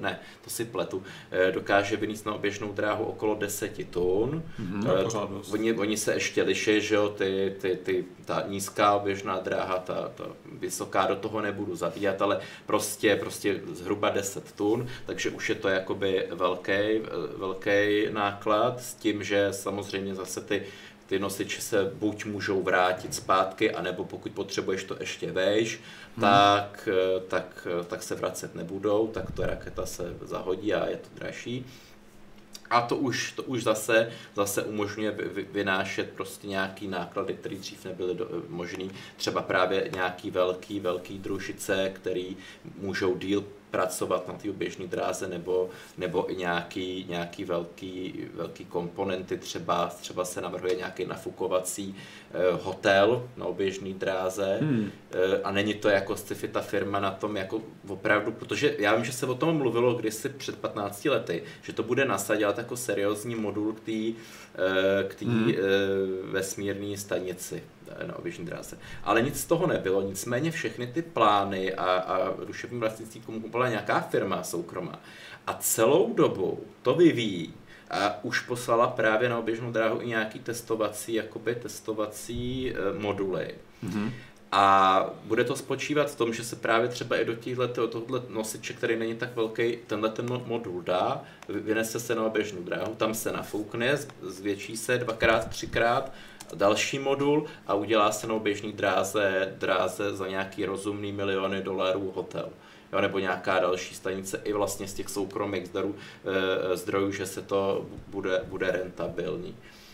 dokáže vynést na oběžnou dráhu okolo 10 tun. Oni se ještě liší, že jo, ta nízká oběžná dráha, ta vysoká, do toho nebudu zabíjat, ale prostě zhruba 10 tun, takže už je to jakoby velký náklad s tím, že samozřejmě zase ty nosiče se buď můžou vrátit zpátky, anebo pokud potřebuješ to ještě vejš, tak se vracet nebudou, tak ta raketa se zahodí a je to dražší. A to už zase umožňuje vynášet prostě nějaký náklady, které dřív nebyly možný. Třeba právě nějaký velký družice, který můžou díl pracovat na té oběžné dráze nebo i nějaký velký komponenty, třeba se navrhuje nějaký nafukovací hotel na oběžné dráze a není to jako sci-fi ta firma na tom jako opravdu, protože já vím, že se o tom mluvilo kdysi před 15 lety, že to bude NASA dělat jako seriózní modul k té vesmírné stanici na oběžné dráze. Ale nic z toho nebylo, nicméně všechny ty plány a duševní vlastnictví komu kupovala nějaká firma soukromá. A celou dobu to vyvíjí a už poslala právě na oběžnou dráhu i nějaký testovací moduly. A bude to spočívat v tom, že se právě třeba i do tohoto nosiče, který není tak velký, ten modul dá, vynese se na oběžnou dráhu, tam se nafoukne, zvětší se 2x, 3x, další modul a udělá se na oběžné dráze za nějaký rozumný miliony dolarů hotel. Jo, nebo nějaká další stanice i vlastně z těch soukromých zdrojů, že se to bude rentabilní.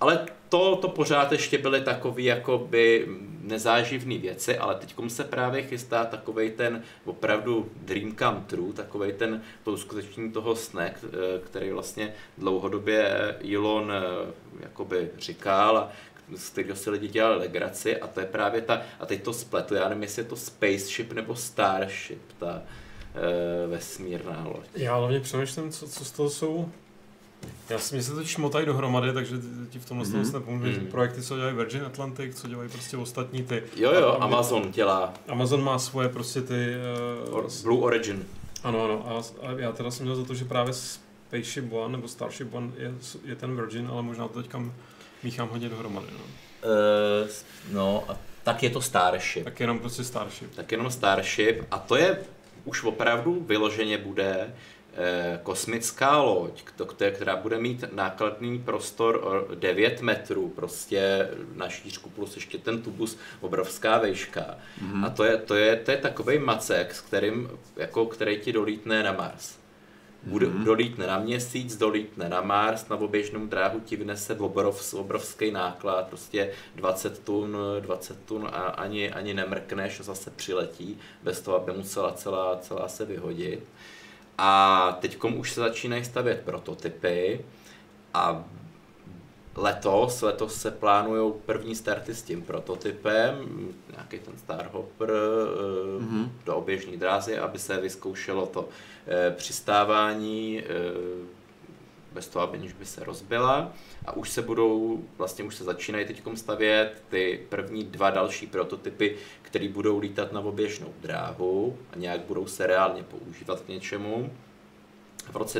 ale to pořád ještě byly takový jakoby nezáživný věci, ale teďkom se právě chystá takovej ten opravdu dream come true, takovej ten uskutečnění toho sne, který vlastně dlouhodobě Elon jakoby říkal a z kterého si lidi dělali legraci, a to je právě a teď to spletu, já nevím, jestli je to Spaceship nebo Starship, ta vesmírná loď. Já hlavně přemýšlím, co z toho jsou. Mně se to šmotají dohromady, takže ti v tomhle se nepomůžu. Projekty, co dělají Virgin Atlantic, co dělají prostě ostatní ty. Jo, Amazon dělá. Amazon má svoje prostě ty... Blue Origin. Ano, a já teda jsem měl za to, že právě Spaceship One nebo Starship One je ten Virgin, ale možná to teďka míchám hodně dohromady. No a tak je to Starship. Tak jenom prostě Starship. A to je už opravdu vyloženě bude kosmická loď, která bude mít nákladný prostor 9 metrů, prostě na šířku plus ještě ten tubus, obrovská vejška. A to je takovej macek, který ti dolítne na Mars. Dolítne na Měsíc, dolítne na Mars, na oběžnou dráhu ti vynese obrovský náklad, prostě 20 tun a ani nemrkneš a zase přiletí, bez toho, aby musela celá se vyhodit. A teďkom už se začínají stavět prototypy a letos se plánujou první starty s tím prototypem, nějaký ten Starhopper do oběžné drázy, aby se vyzkoušelo to přistávání bez toho, aby by se rozbila. A už se začínají teďkom stavět ty první 2 další prototypy, které budou lítat na oběžnou dráhu a nějak budou se reálně používat k něčemu. V roce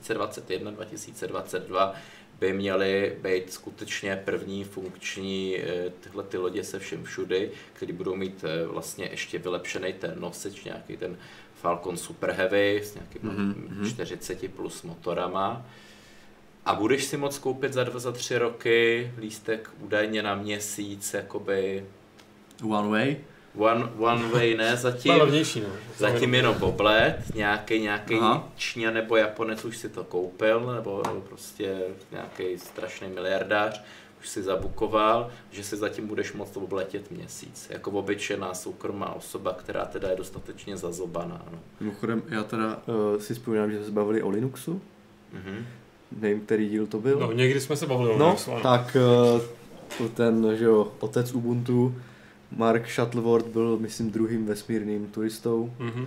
2021-2022 by měly být skutečně první funkční tyhle ty lodě se všem všudy, které budou mít vlastně ještě vylepšený ten nosič, nějaký ten Falcon Super Heavy s nějakými 40 plus motorama. A budeš si moct koupit za 3 roky lístek údajně na Měsíc, jakoby... One way? One way ne, zatím jenom oblet, nějaký Číňan nebo Japonec už si to koupil, nebo prostě nějaký strašný miliardář už si zabukoval, že si zatím budeš moct obletět Měsíc, jako obyčejná soukromá osoba, která teda je dostatečně zazobaná. No. Mimochodem, já teda si vzpomínám, že jsme se bavili o Linuxu. Nevím, který díl to byl. No, někdy jsme se bavili o Linuxu. No, tak ten, že jo, otec Ubuntu, Mark Shuttleworth byl, myslím, druhým vesmírným turistou.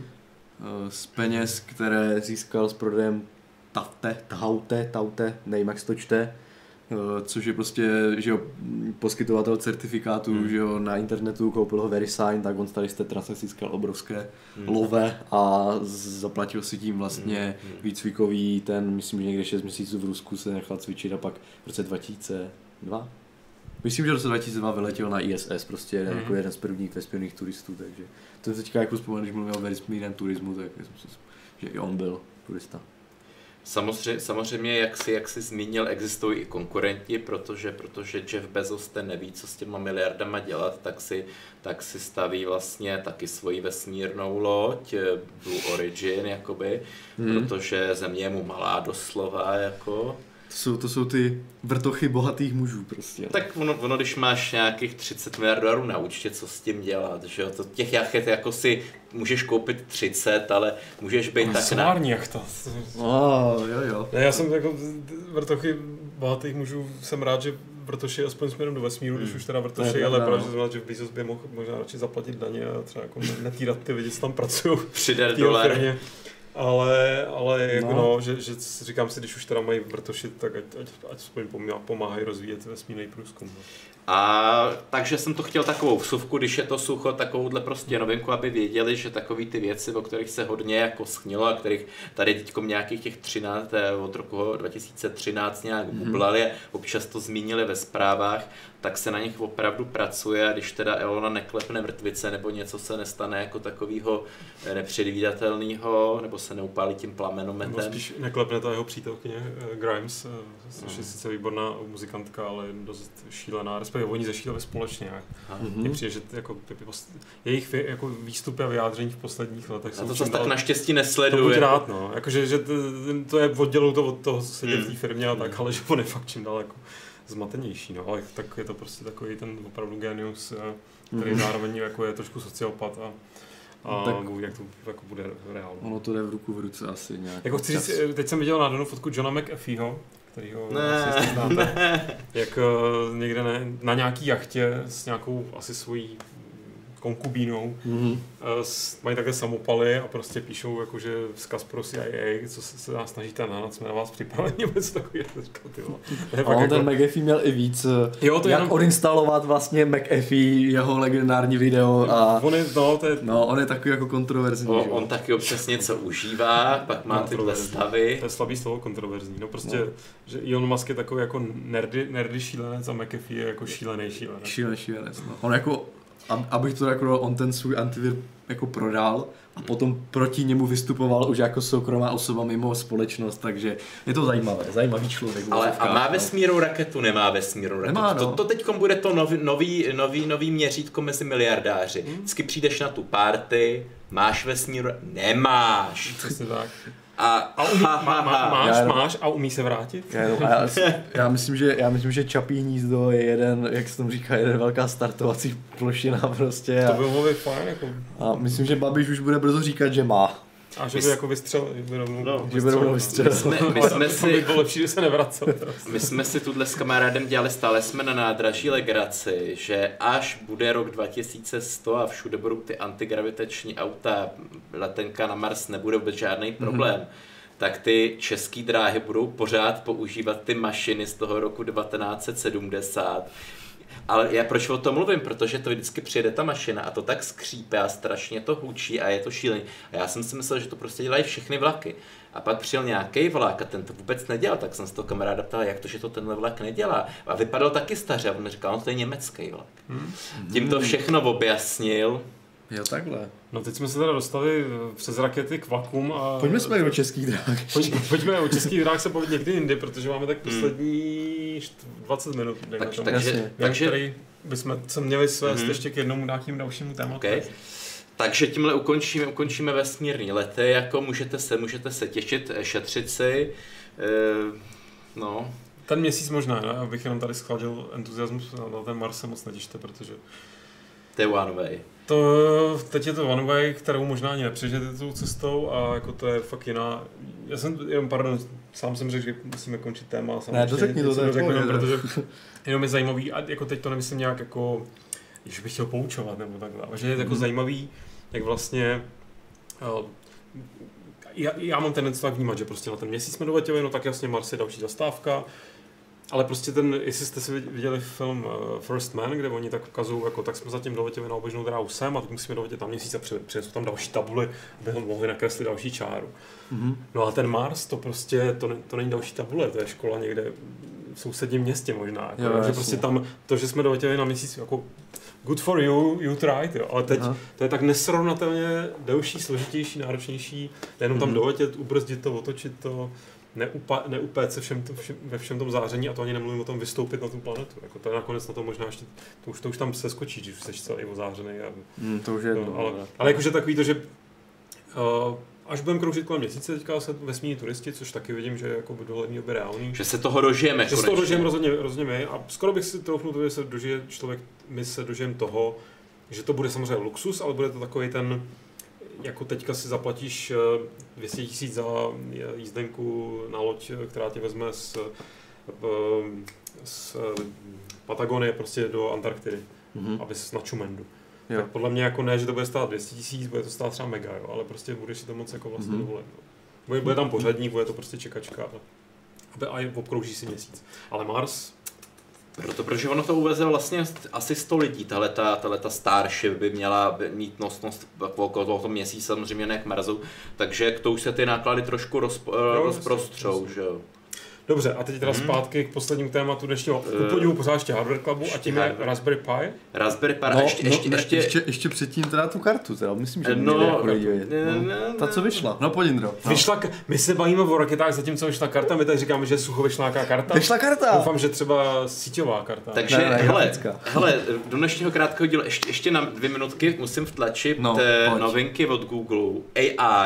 Z peněz, které získal s prodejem Taute, nevím, jak se to čte, což je prostě, že jo, poskytovatel certifikátů, že jo, na internetu, koupil ho VeriSign, tak on tady z té transakce získal obrovské love a zaplatil si tím vlastně výcvikový myslím, že někde 6 měsíců v Rusku se nechal cvičit a pak v roce 2002. Myslím, že v roce 2002 vyletěl na ISS, prostě jako jeden z prvních vesmírných turistů, takže to je teďka jako vzpomínám, když mluvil o vesmírném turismu, tak že i on byl turista. Samozřejmě, jak jsi zmínil, existují i konkurenti, protože Jeff Bezos ten neví, co s těma miliardama dělat, tak si staví vlastně taky svoji vesmírnou loď, Blue Origin, jakoby, protože země je mu malá doslova, jako. To jsou ty vrtochy bohatých mužů prostě. Tak ono, když máš nějakých 30 miliard dolarů na účtě, co s tím dělat, že jo? Těch jachet jako si můžeš koupit 30, ale můžeš být tak solární jachta. Jo. Ne, já jsem jako vrtochy bohatých mužů, jsem rád, že vrtoši aspoň směrem do vesmíru, když už teda vrtoši, ale protože že Bezos by mohl možná radši zaplatit daně a třeba jako netýrat ty lidi, co tam pracují. Přidat dolar. Ale jako že říkám si, když už teda mají vrtoši, tak ať pomáhají rozvíjet vesmírný průzkum. A takže jsem to chtěl takovou vsuvku, když je to sucho, takovouhle prostě novinku, aby věděli, že takový ty věci, o kterých se hodně jako schnilo a kterých tady teďkom nějakých těch 13, od roku 2013 nějak bublali a občas to zmínili ve zprávách, tak se na nich opravdu pracuje a když teda Elona neklepne mrtvice nebo něco se nestane jako takového nepředvídatelného, nebo se neupálí tím plamenometem. Nebo spíš neklepne ta jeho přítelkyně Grimes, což je sice výborná muzikantka, ale dost šílená, respektive oni zešíleli společně. Mně přijde, že jako, jejich jako výstupy a vyjádření v posledních letech jsou... A to zase tak naštěstí nesleduje. To buď rád, no. Jakože, že to je oddělou to od toho, co se děje v té firmě a tak, ale že on je fakt čím dál jako zmatenější, no, ale tak je to prostě takový ten opravdu genius, který zároveň jako je trošku sociopat a tak, jak to jako bude reálně. Ono to jde v ruku v ruce asi nějak. Jako chci říct, teď jsem viděl nádhernou fotku Johna McAfeeho, kterýho asi znáte, jak někde na nějaký jachtě s nějakou asi svojí konkubínou mají takhle samopaly a prostě píšou jakože vzkaz pro CIA, co se nás snažíte nahnat, jsme na vás připraveni, něco takového. On ten McAfee měl i víc, jak odinstalovat vlastně McAfee, jeho legendární video a on je takový jako kontroverzní. On taky občas něco užívá, pak má tyhle stavy. To je slabý slovo kontroverzní, no prostě, že Elon Musk je takový jako nerdy šílenec a McAfee je jako šílený šílenec. Šílenec, no. On jako abych to jako on ten svůj antivir jako prodal a potom proti němu vystupoval už jako soukromá osoba mimo společnost, takže je to zajímavý člověk. Ale a má vesmírnou raketu, nemá vesmírnou raketu. Nemá, no. To teďkom bude to nový měřítko mezi miliardáři. Vždycky přijdeš na tu party, máš vesmírnou, nemáš. Přesně tak. A máš a umí se vrátit? Já myslím, že Čapí hnízdo je jeden, jak se tomu říká, jeden velká startovací plošina prostě. To by bylo fajn jako. A myslím, že Babiš už bude brzo říkat, že má. A že by jako vystřelil, že by rovnou vystřelil. My bylo lepší, že se nevracel. My jsme si tuhle s kamarádem dělali, stále jsme na nádraží legraci, že až bude rok 2100 a všude budou ty antigravitační auta, letenka na Mars nebude vůbec žádný problém, tak ty český dráhy budou pořád používat ty mašiny z toho roku 1970. Ale já proč o tom mluvím? Protože to vždycky přijede ta mašina a to tak skřípe a strašně to hučí a je to šílený. A já jsem si myslel, že to prostě dělají všechny vlaky. A pak přijel nějaký vlak a ten to vůbec nedělal, tak jsem se toho kamaráda ptal, jak to, že to tenhle vlak nedělá. A vypadal taky staře a on říkal, no to je německý vlak. Tím to všechno objasnil. Jo, takhle. No teď jsme se teda dostali přes rakety k vakům a... Pojďme jsme o českých dráh. Pojďme o českých dráh se bavit někdy jindy, protože máme tak poslední 20 minut. Takže bychom se měli svést ještě k jednomu nějakému dalšímu tématu. Okay. Takže tímhle ukončíme vesmírný lety, jako můžete se těšit, šetřit si, no. Ten měsíc možná, ne? Abych jenom tady schladil entuziasmus, na ten Mars se moc netěšte, protože... To je one way. Teď je to one way, kterou možná ani nepřežijete tou cestou a jako to je fakt jiná. Já jsem, sám jsem řekl, že musíme končit téma. Ne, dořekni to, protože jenom je zajímavý, a jako teď to nemyslím nějak jako, že bych chtěl poučovat nebo takhle, ale že je jako zajímavý, jak vlastně, já mám tendenci tak vnímat, že prostě na ten měsíc jsme doletěli, no tak jasně Mars je další zastávka, ale prostě jestli jste si viděli film First Man, kde oni tak ukazují, jako tak jsme zatím doletěli na oběžnou dráhu sem a teď musíme doletět na měsíc a přinesou tam další tabuli, aby mohli nakreslit další čáru. No a ten Mars, to prostě, to není další tabule, to je škola někde v sousedním městě možná. Jako, že prostě tam, to, že jsme doletěli na měsíc, jako good for you, you tried, jo. Ale teď to je tak nesrovnatelně delší, složitější, náročnější, jenom tam doletět, ubrzdit to, otočit to, neupéct se ve všem tom záření a to ani nemluvím o tom vystoupit na tu planetu. Jako to je nakonec na to možná ještě, to už tam se skočí, když už jsi celý ozářený. To už je ale jakože takový to, že až budeme kroužit kolem měsíce teďka se vesmírní turisti, což taky vidím, že je jako dohledný oby reálný. Že se toho dožijeme konečně. Že se toho dožijeme rozhodně my a skoro bych si troufnul, že se dožije člověk, my se dožijeme toho, že to bude samozřejmě luxus, ale bude to takový ten, jako teďka si zaplatíš 200 000 za jízdenku na loď, která tě vezme z Patagonie prostě do Antarktidy, abys na Čumendu. Jo. Tak podle mě jako ne, že to bude stát 200 000, bude to stát třeba mega, jo, ale prostě budeš si to moc jako vlastně dovolit. No. Bude tam pořadník, bude to prostě čekačka a obkrouží si měsíc. Ale Mars... Protože ono to uveze vlastně asi 100 lidí, tahleta Starship by měla mít nosnost okolo tohoto měsíce, samozřejmě ne k Marsu, takže k tomu se ty náklady trošku rozprostřou, že jo. Dobře, a teď teda zpátky k poslednímu tématu dnešního kupodivu pořád ještě Hardware Clubu a tím je Raspberry Pi. Raspberry Pi, ještě předtím teda tu kartu, teda myslím, že ta, co vyšla. No pojď, Indro. My se bavíme o raketách, zatímco vyšla karta, my tady říkáme, že je suchovyšlá nějaká karta. Vyšla karta! Doufám, že třeba síťová karta. Takže, hele, do dnešního krátkého dílu ještě na 2 minutky musím vtlačit novinky od Google AI.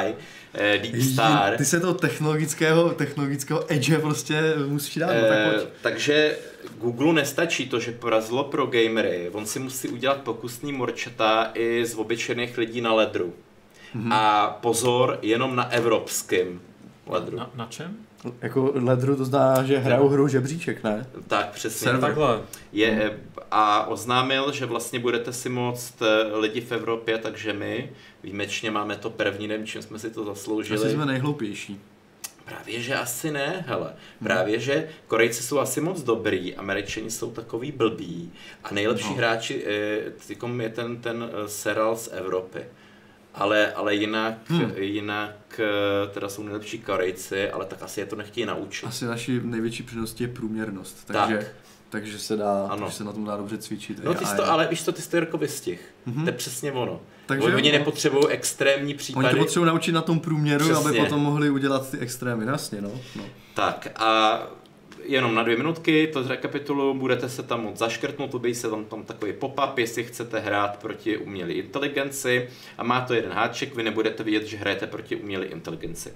Deep Star. Ty se toho technologického edge prostě musíš dát, Takže Google nestačí to, že porazilo pro gamery, on si musí udělat pokusný morčata i z obyčejných lidí na ledru. A pozor, jenom na evropském ledru. Na čem? Jako ledru to znamená, že hrajou hru žebříček, ne? Tak, přesně. Takhle. A oznámil, že vlastně budete si moct lidi v Evropě, takže my výjimečně máme to první, nevím, čím jsme si to zasloužili. Asi jsme nejhloupější. Právě, že asi ne, hele. Právě, že Korejci jsou asi moc dobrý, Američani jsou takový blbí a nejlepší hráči je ten Seral z Evropy. Ale jinak teda jsou nejlepší Korejci, ale tak asi je to nechtějí naučit. Asi naši největší přednost je průměrnost, takže se na tom dá dobře cvičit. No ale víš co, ty jsi to Jirko vystih. To je přesně ono. Takže oni nepotřebují extrémní případy. Oni to potřebují naučit na tom průměru, přesně. Aby potom mohli udělat ty extrémy, jasně, no. Tak a jenom na 2 minutky, to zrekapituluju, budete se tam moc zaškrtnout, objeví se tam takový pop-up, jestli chcete hrát proti umělé inteligenci a má to jeden háček, vy nebudete vidět, že hrajete proti umělé inteligenci.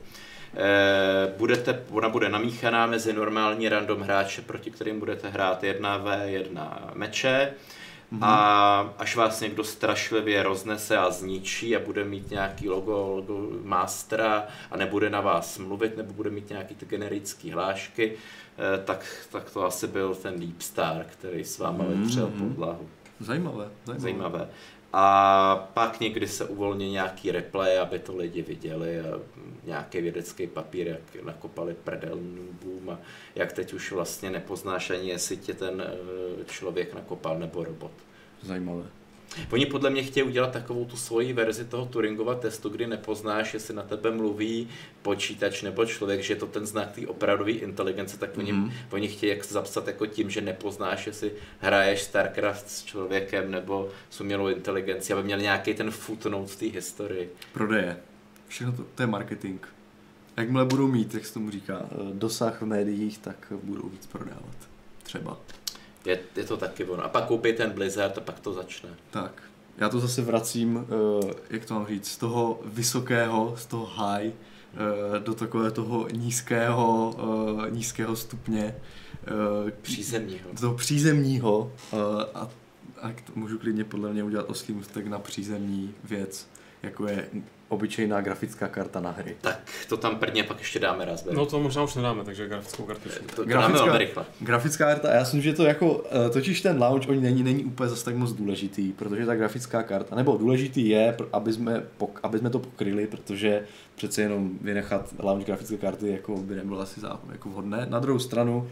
Ona bude namíchaná mezi normální random hráče, proti kterým budete hrát 1v1 meče a až vás někdo strašlivě roznese a zničí a bude mít nějaký logo mastera a nebude na vás mluvit nebo bude mít nějaký ty generické hlášky, tak to asi byl ten Deep Star, který s váma vetřel podlahu. Zajímavé. A pak někdy se uvolní nějaký replay, aby to lidi viděli a nějaký vědecký papír, jak nakopali prdel noobům a jak teď už vlastně nepoznáš ani, jestli tě ten člověk nakopal nebo robot. Zajímavé. Oni podle mě chtějí udělat takovou tu svoji verzi toho Turingova testu, kdy nepoznáš, jestli na tebe mluví počítač nebo člověk, že je to ten znak té opravdové inteligence, tak oni chtějí jak zapsat jako tím, že nepoznáš, jestli hraješ StarCraft s člověkem nebo s umělou inteligencí, aby měl nějaký ten footnote v té historii. Prodeje. Všechno to je marketing. Jakmile budou mít, jak se tomu říká, dosah v médiích, tak budou víc prodávat. Třeba. Je to taky ono. A pak koupí ten Blizzard a pak to začne. Tak. Já to zase vracím, jak to mám říct, z toho vysokého, z toho high, do takového toho nízkého stupně. Přízemního. Do toho přízemního. A můžu klidně podle mě udělat oslý můstek na přízemní věc, jako je obyčejná grafická karta na hry. Tak to tam prvně pak ještě dáme Raspberry. No to možná už nedáme, takže grafickou kartu. To dáme velmi rychle. Grafická karta, já si myslím, že to jako, totiž ten launch není úplně zase tak moc důležitý, protože ta grafická karta, nebo důležitý je, aby jsme to pokryli, protože přece jenom vynechat launch grafické karty jako by nebylo asi jako vhodné. Na druhou stranu,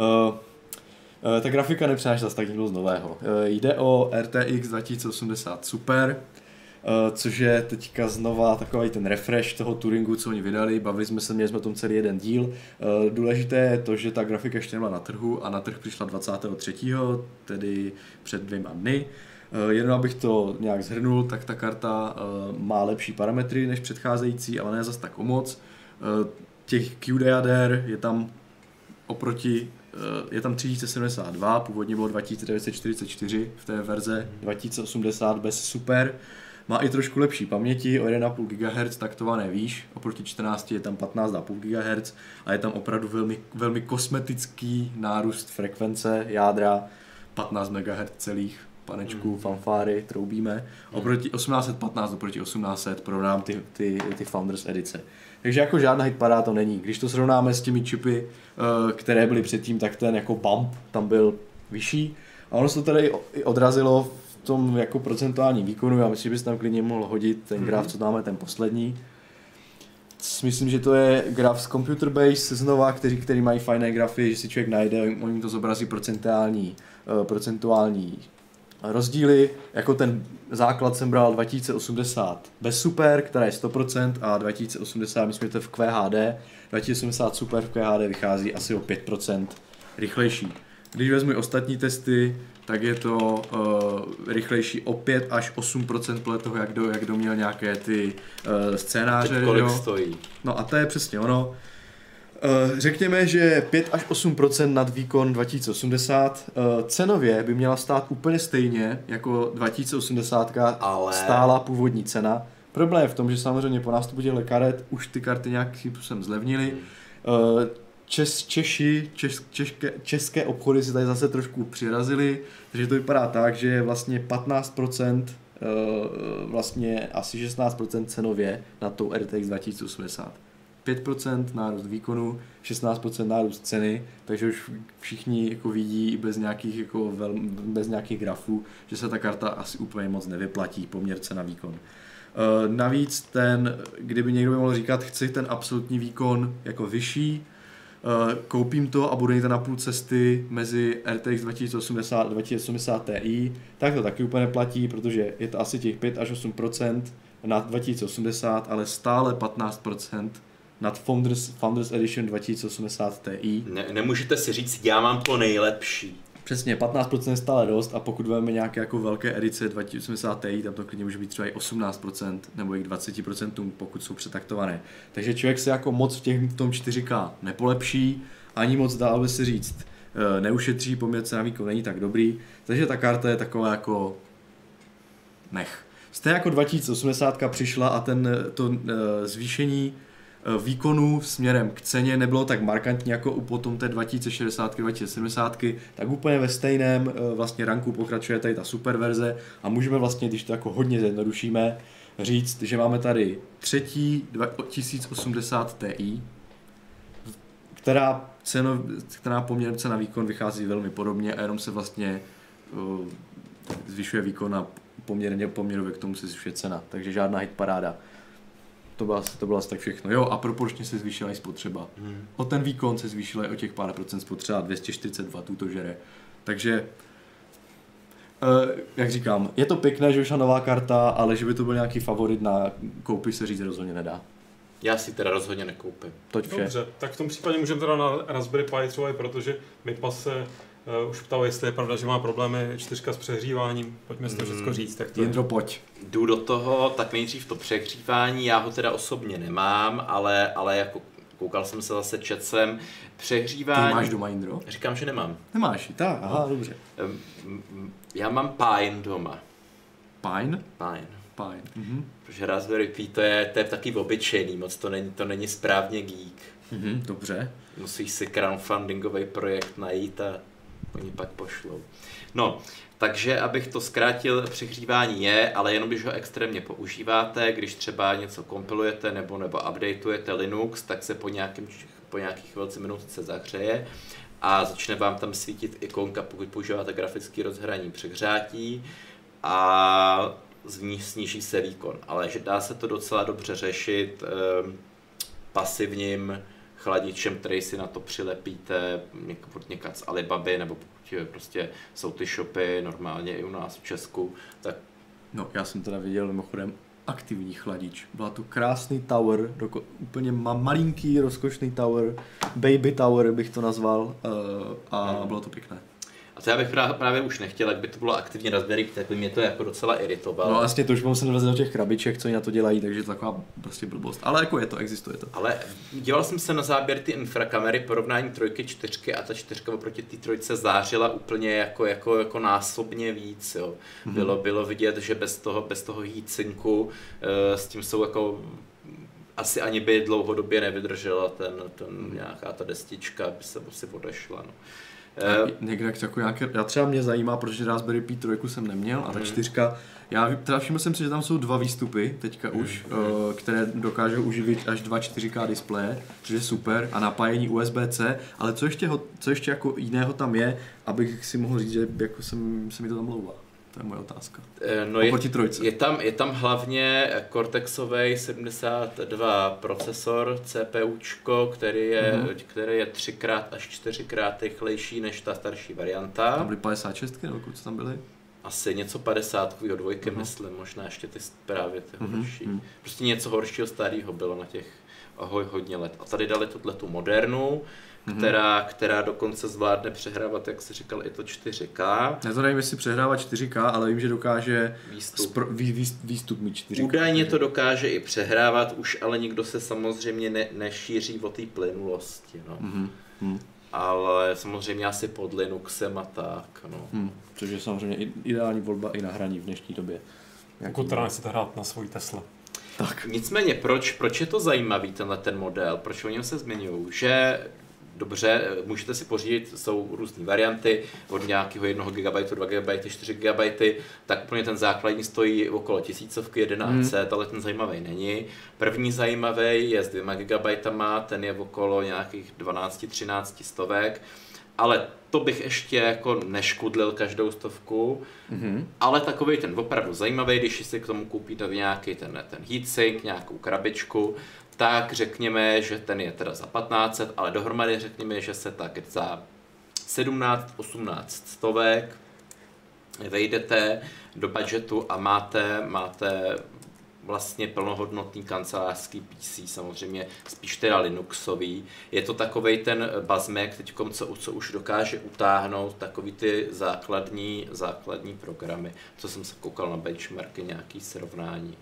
ta grafika nepřináší zase tak nic nového. Jde o RTX 2080 Super, což je teďka znova takový ten refresh toho Turingu, co oni vydali, měli jsme o tom celý jeden díl. Důležité je to, že ta grafika ještě nebyla na trhu a na trh přišla 23., tedy před 2 dny. Jenom abych to nějak shrnul, tak ta karta má lepší parametry než předcházející, ale ne zas tak o moc. Těch QD jader je tam oproti je tam 3072, původně bylo 2944 v té verze 2080 bez super. Má i trošku lepší paměti, o 1,5 GHz taktované výš, oproti 14 je tam 15,5 GHz a je tam opravdu velmi, velmi kosmetický nárůst frekvence jádra, 15 MHz celých, panečků, fanfáry, troubíme. Oproti 1815 oproti 1800 prodám ty Founders edice. Takže jako žádná hitparáda to není. Když to srovnáme s těmi čipy, které byly předtím, tak ten jako bump tam byl vyšší. A ono se to tady i odrazilo v tom jako procentuálním výkonu. Já myslím, že bys tam klidně mohl hodit ten graf, co máme ten poslední. Myslím, že to je graf z Computer Base znova, který mají fajné grafy, že si člověk najde, oni to zobrazí procentuální rozdíly. Jako ten základ jsem bral 2080 bez super, která je 100% a 2080, myslím, že to je v QHD. 2080 super v QHD vychází asi o 5% rychlejší. Když vezmu ostatní testy, tak je to rychlejší o 5 až 8% podle toho, jak kdo měl nějaké ty scénáře. Kolik stojí. No a to je přesně ono. Řekněme, že 5 až 8% nad výkon 2080 cenově by měla stát úplně stejně jako 2080 stála původní cena, Problém je v tom, že samozřejmě po nástupu těchto karet už ty karty nějakým způsobem zlevnily. České obchody si tady zase trošku přirazily, takže to vypadá tak, že je vlastně 15%, vlastně asi 16% cenově na tou RTX 2080. 5% nárůst výkonu, 16% nárůst ceny, takže už všichni jako vidí bez nějakých grafů, že se ta karta asi úplně moc nevyplatí, poměr cena výkon. Navíc kdyby někdo mohl říkat, chci ten absolutní výkon jako vyšší, koupím to a budu jít na půl cesty mezi RTX 2080 a 2080 Ti, tak to taky úplně neplatí, protože je to asi těch 5 až 8% na 2080, ale stále 15% nad Founders Edition 2080 Ti. Nemůžete si říct, já mám to nejlepší. Přesně, 15% je stále dost a pokud vezmeme nějaké jako velké edice 2080 Ti, tam to klidně může být třeba i 18% nebo i 20%, pokud jsou přetaktované. Takže člověk se jako moc v tom 4K nepolepší, ani moc dál by si říct neušetří, poměr cena výkon není tak dobrý, takže ta karta je taková jako nech. Stejně jako 2080 přišla a to zvýšení výkonu směrem k ceně nebylo tak markantní jako u potom té 2060, 2070, tak úplně ve stejném vlastně ranku pokračuje tady ta super verze a můžeme vlastně, když to jako hodně zjednodušíme, říct, že máme tady třetí 1080 Ti, která poměrem cena výkon vychází velmi podobně a jenom se vlastně zvyšuje výkon a poměrově k tomu se zvyšuje cena, takže žádná hitparáda. To bylo asi tak všechno. Jo, a proporčně se zvýšila i spotřeba. O ten výkon se zvýšila i o těch pár procent spotřeba, 240 W to žere. Takže, jak říkám, je to pěkné, že už je nová karta, ale že by to byl nějaký favorit na koupi se říct rozhodně nedá. Já si teda rozhodně nekoupím. Dobře, tak v tom případě můžeme teda na Raspberry Pi třeba, protože Mipa se už ptal, jestli je pravda, že má problémy 4 s přehříváním. Pojďme si to všechno říct. Tak to Jindro, pojď. Jdu do toho, tak nejdřív to přehřívání, já ho teda osobně nemám, ale jako koukal jsem se zase četcem. Přehřívání... Ty máš doma Jindro? Říkám, že nemám. Nemáš, tak, aha, dobře. Já mám Pine doma. Pine? Pine. Mhm. Protože Raspberry Pi to je taky obyčejný, moc to není správně geek. Dobře. Musíš si crowdfundingový projekt najít a oni pak pošlou. No, takže abych to zkrátil, přehřívání je, ale jenom když ho extrémně používáte, když třeba něco kompilujete nebo updateujete Linux, tak se po nějakých chvilce minutce zahřeje a začne vám tam svítit ikonka, pokud používáte grafické rozhraní přehřátí a sníží se výkon. Ale že dá se to docela dobře řešit pasivním chladičem, který si na to přilepíte někad z Alibaby, nebo pokud prostě jsou ty shopy normálně i u nás v Česku, tak... No, já jsem teda viděl mimochodem aktivní chladič. Byla to krásný tower, úplně malinký, rozkošný tower, baby tower bych to nazval, a bylo to pěkné. A to já bych právě už nechtěl, jak by to bylo aktivně Raspberry, tak by mě to jako docela iritovalo. No vlastně to už mám se nevlezl do těch krabiček, co oni na to dělají, takže to taková prostě blbost. Ale jako existuje to. Ale díval jsem se na záběr ty infrakamery, porovnání 3, 4 a ta 4 oproti té 3 zářila úplně jako násobně víc. Jo. Bylo vidět, že bez toho heatsinku s tím jsou jako asi ani by dlouhodobě nevydržela nějaká ta destička, by se asi odešla. No. Někde jako já třeba mě zajímá, protože Raspberry Pi 3 jsem neměl a ta 4, já teda všiml jsem si, že tam jsou 2 výstupy teďka už, které dokážou uživit až 2 4K displeje, což je super, a napájení USB-C, ale co ještě jako jiného tam je, abych si mohl říct, že jako se mi to tam louvá. To je moje otázka. No je tam hlavně Cortexový 72 procesor, CPUčko, který je 3x až 4x rychlejší než ta starší varianta. Tam byly 56, nebo co tam byly? Asi něco 50 dvojky, myslím, možná ještě ty právě ty horší. Prostě něco horšího starého bylo na těch hodně let. A tady dali tu modernu, která dokonce zvládne přehrávat, jak jsi říkal, i to 4K. Já to nevím, jestli přehrává 4K, ale vím, že dokáže výstup mít 4K. Údajně to dokáže i přehrávat, už ale nikdo se samozřejmě nešíří o té plynulosti. No. Ale samozřejmě asi pod Linuxem a tak. No. Což je samozřejmě ideální volba i na hraní v dnešní době. Pokud teda nechcete hrát na svůj Tesla. Tak. Nicméně, proč je to zajímavý ten model, proč o něm se zmiňují, že dobře, můžete si pořídit, jsou různé varianty, od nějakého 1 GB, 2 GB, 4 GB, tak úplně ten základní stojí okolo 1000, 1100, ale ten zajímavý není. První zajímavý je s 2 GB, ten je okolo nějakých 12-13 stovek, ale to bych ještě jako neškudlil každou stovku, ale takový ten opravdu zajímavý, když si k tomu koupíte nějaký ten heatsink, nějakou krabičku, tak řekněme, že ten je teda za 1500, ale dohromady řekněme, že se tak za 17-18 stovek vejdete do budžetu a máte vlastně plnohodnotný kancelářský PC, samozřejmě spíš teda Linuxový. Je to takovej ten bazmek, teďkom, co už dokáže utáhnout takový ty základní programy, co jsem se koukal na benchmarky, nějaký srovnání.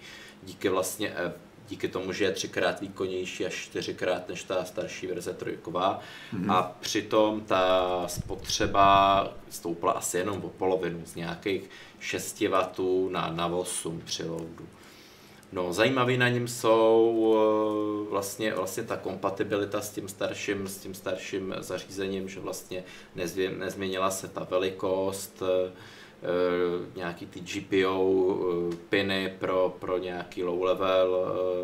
Díky tomu, že je 3x výkonnější až 4x než ta starší verze 3. A přitom ta spotřeba stoupla asi jenom o polovinu, z nějakých 6 W na 8 při loadu. No, zajímavý na něm jsou vlastně ta kompatibilita s tím starším zařízením, že vlastně nezměnila se ta velikost, nějaký ty GPU piny pro nějaký low level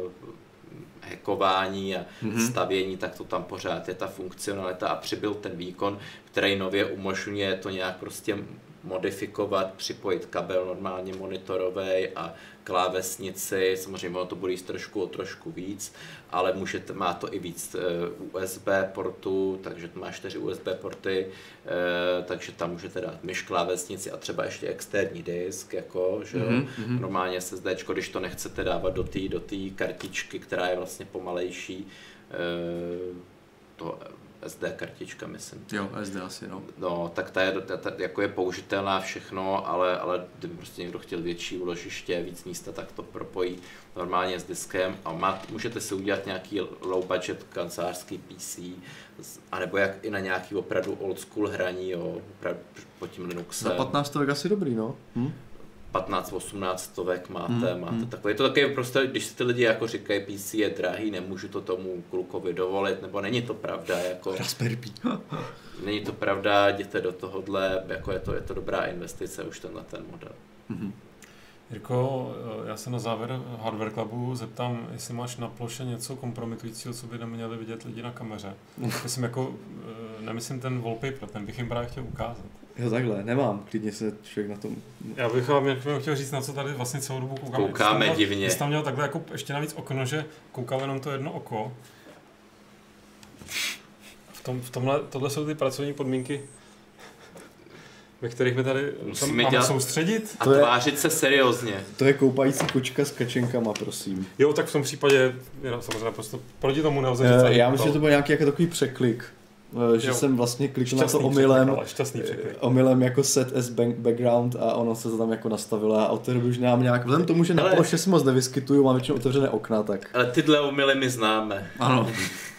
hackování a stavění, tak to tam pořád je ta funkcionalita a přibyl ten výkon, který nově umožňuje to nějak prostě modifikovat, připojit kabel normálně monitorový a klávesnici, samozřejmě ono to bude jíst trošku víc, ale má to i víc USB portů, takže to má 4 USB porty, takže tam můžete dát myš, klávesnici a třeba ještě externí disk, jako, že normálně SSDčko, když to nechcete dávat do té kartičky, která je vlastně pomalejší, to SD kartička, myslím. Jo, SD asi, no. No, tak ta jako je použitelná všechno, ale kdyby prostě někdo chtěl větší úložiště, víc místa, tak to propojí normálně s diskem a můžete si udělat nějaký low budget kancelářský PC, anebo jak i na nějaký opravdu old school hraní, jo, opravdu pod tím Linuxem. Za 15 stovek asi dobrý, no. 15-18 stovek máte takové. Je to také prostě, když si ty lidi jako říkají, PC je drahý, nemůžu to tomu klukovi dovolit, nebo není to pravda, jako... Raspberry Pi. Není to pravda, jděte do tohohle, jako je to dobrá investice už ten model. Jirko, já se na závěr Hardware Clubu zeptám, jestli máš na ploše něco kompromitujícího, co by neměli vidět lidi na kameře. Nemyslím ten wallpaper, ten bych jim právě chtěl ukázat. Jo, takhle, nemám, klidně se člověk na tom... Já bych vám chtěl říct, na co tady vlastně celou dobu koukáme. Koukáme divně. Jsi tam měl takhle jako ještě navíc okno, že koukal jenom to jedno oko. Tohle jsou ty pracovní podmínky, ve kterých my tady máme soustředit. A tvářit se seriózně. To je koupající kočka s kačenkama, prosím. Jo, tak v tom případě samozřejmě prostě proti tomu nelze říct. Já myslím, že to byl nějaký jako takový překlik. Že jsem vlastně kliknul na to omylem jako set as background a ono se to tam jako nastavilo a od té doby už nemám nějak, vzhledem tomu, že na ploše si moc nevyskytuju, mám většinou otevřené okna, tak... Ale tyhle omyly my známe. Ano.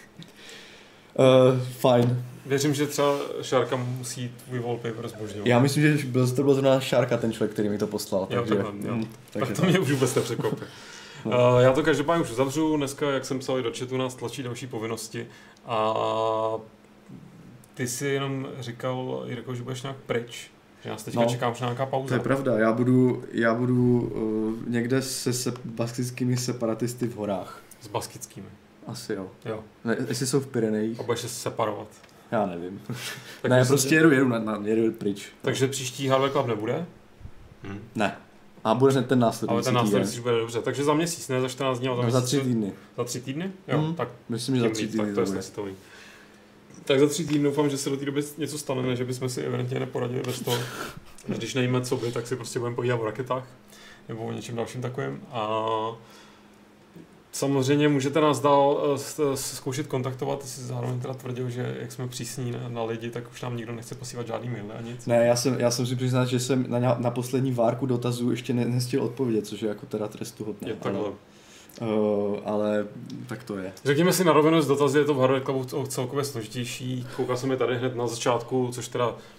Fajn. Věřím, že třeba Šárka musí tvůj wallpaper zbožňovat. Já myslím, že to byl zrovna Šárka ten člověk, který mi to poslal. Jo, takže to mě už vůbec nepřekvapí. Já to každopádně už uzavřu, dneska, jak jsem psal i do chatu, nás tlačí další povinnosti a ty si jenom říkal, Jirko, že budeš nějak pryč, že nás teďka čeká už nějaká pauza. To je pravda, já budu někde se baskickými separatisty v horách. S baskickými? Asi jo. Ne, jestli jsou v Pyrenejích. A budeš se separovat? Já nevím. Ne, prostě jedu pryč. Takže příští Hardware Club nebude? Ne. A bude ten následující týden. Ale ten následující bude dobře. Takže za měsíc, ne za 14 dní, ale za 3 týdny. Za 3 týdny? Jo, tak myslím, že za 3 týdny. Tak to je snesitelný. Tak za 3 týdny doufám, že se do té doby něco stane, ne, že bychom si evidentně neporadili bez toho. Když nevíme, co by, tak si prostě budeme povídat o raketách nebo o něčem dalším takovým. A samozřejmě můžete nás dál zkoušet kontaktovat, ty jsi zároveň teda tvrdil, že jak jsme přísní na lidi, tak už nám nikdo nechce posílat žádný mail a nic. Ne, já jsem si přiznat, že jsem na poslední várku dotazů ještě nestihl odpovědět, což je jako teda trestuhodné. Je takhle. Ale tak to je. Řekněme si na rovinu, z dotazy je to v Hardware Clubu celkově složitější. Koukal jsem je tady hned na začátku, což teda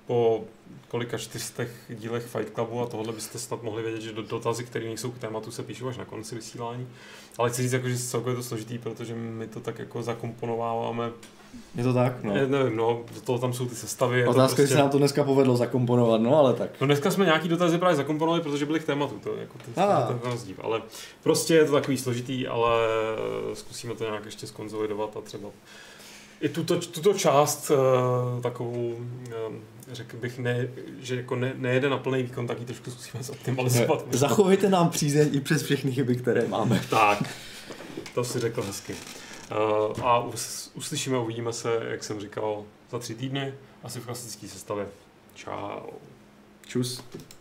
po kolika 400 dílech Fight Clubu a tohle byste snad mohli vědět, že dotazy, které nejsou k tématu, se píšou až na konci vysílání. Ale chci říct, jako, že celkově je to složitý, protože my to tak jako zakomponováváme. Je to tak? No. Nevím, no, do toho tam jsou ty sestavy. Otázka, prostě... se nám to dneska povedlo zakomponovat, no ale tak. No dneska jsme nějaký dotazy právě zakomponovali, protože byly k tématu, to jako ten rozdíl. Ale prostě je to takový složitý, ale zkusíme to nějak ještě zkonsolidovat a třeba i tuto část takovou, řekl bych, že jako nejede na plný výkon, tak ji trošku zkusíme zoptimalizovat. Zachovejte nám přízeň i přes všechny chyby, které máme. Tak, to si řekl hezky. A uslyšíme, uvidíme se, jak jsem říkal, za 3 týdny, asi v klasické sestavě. Čau. Čus.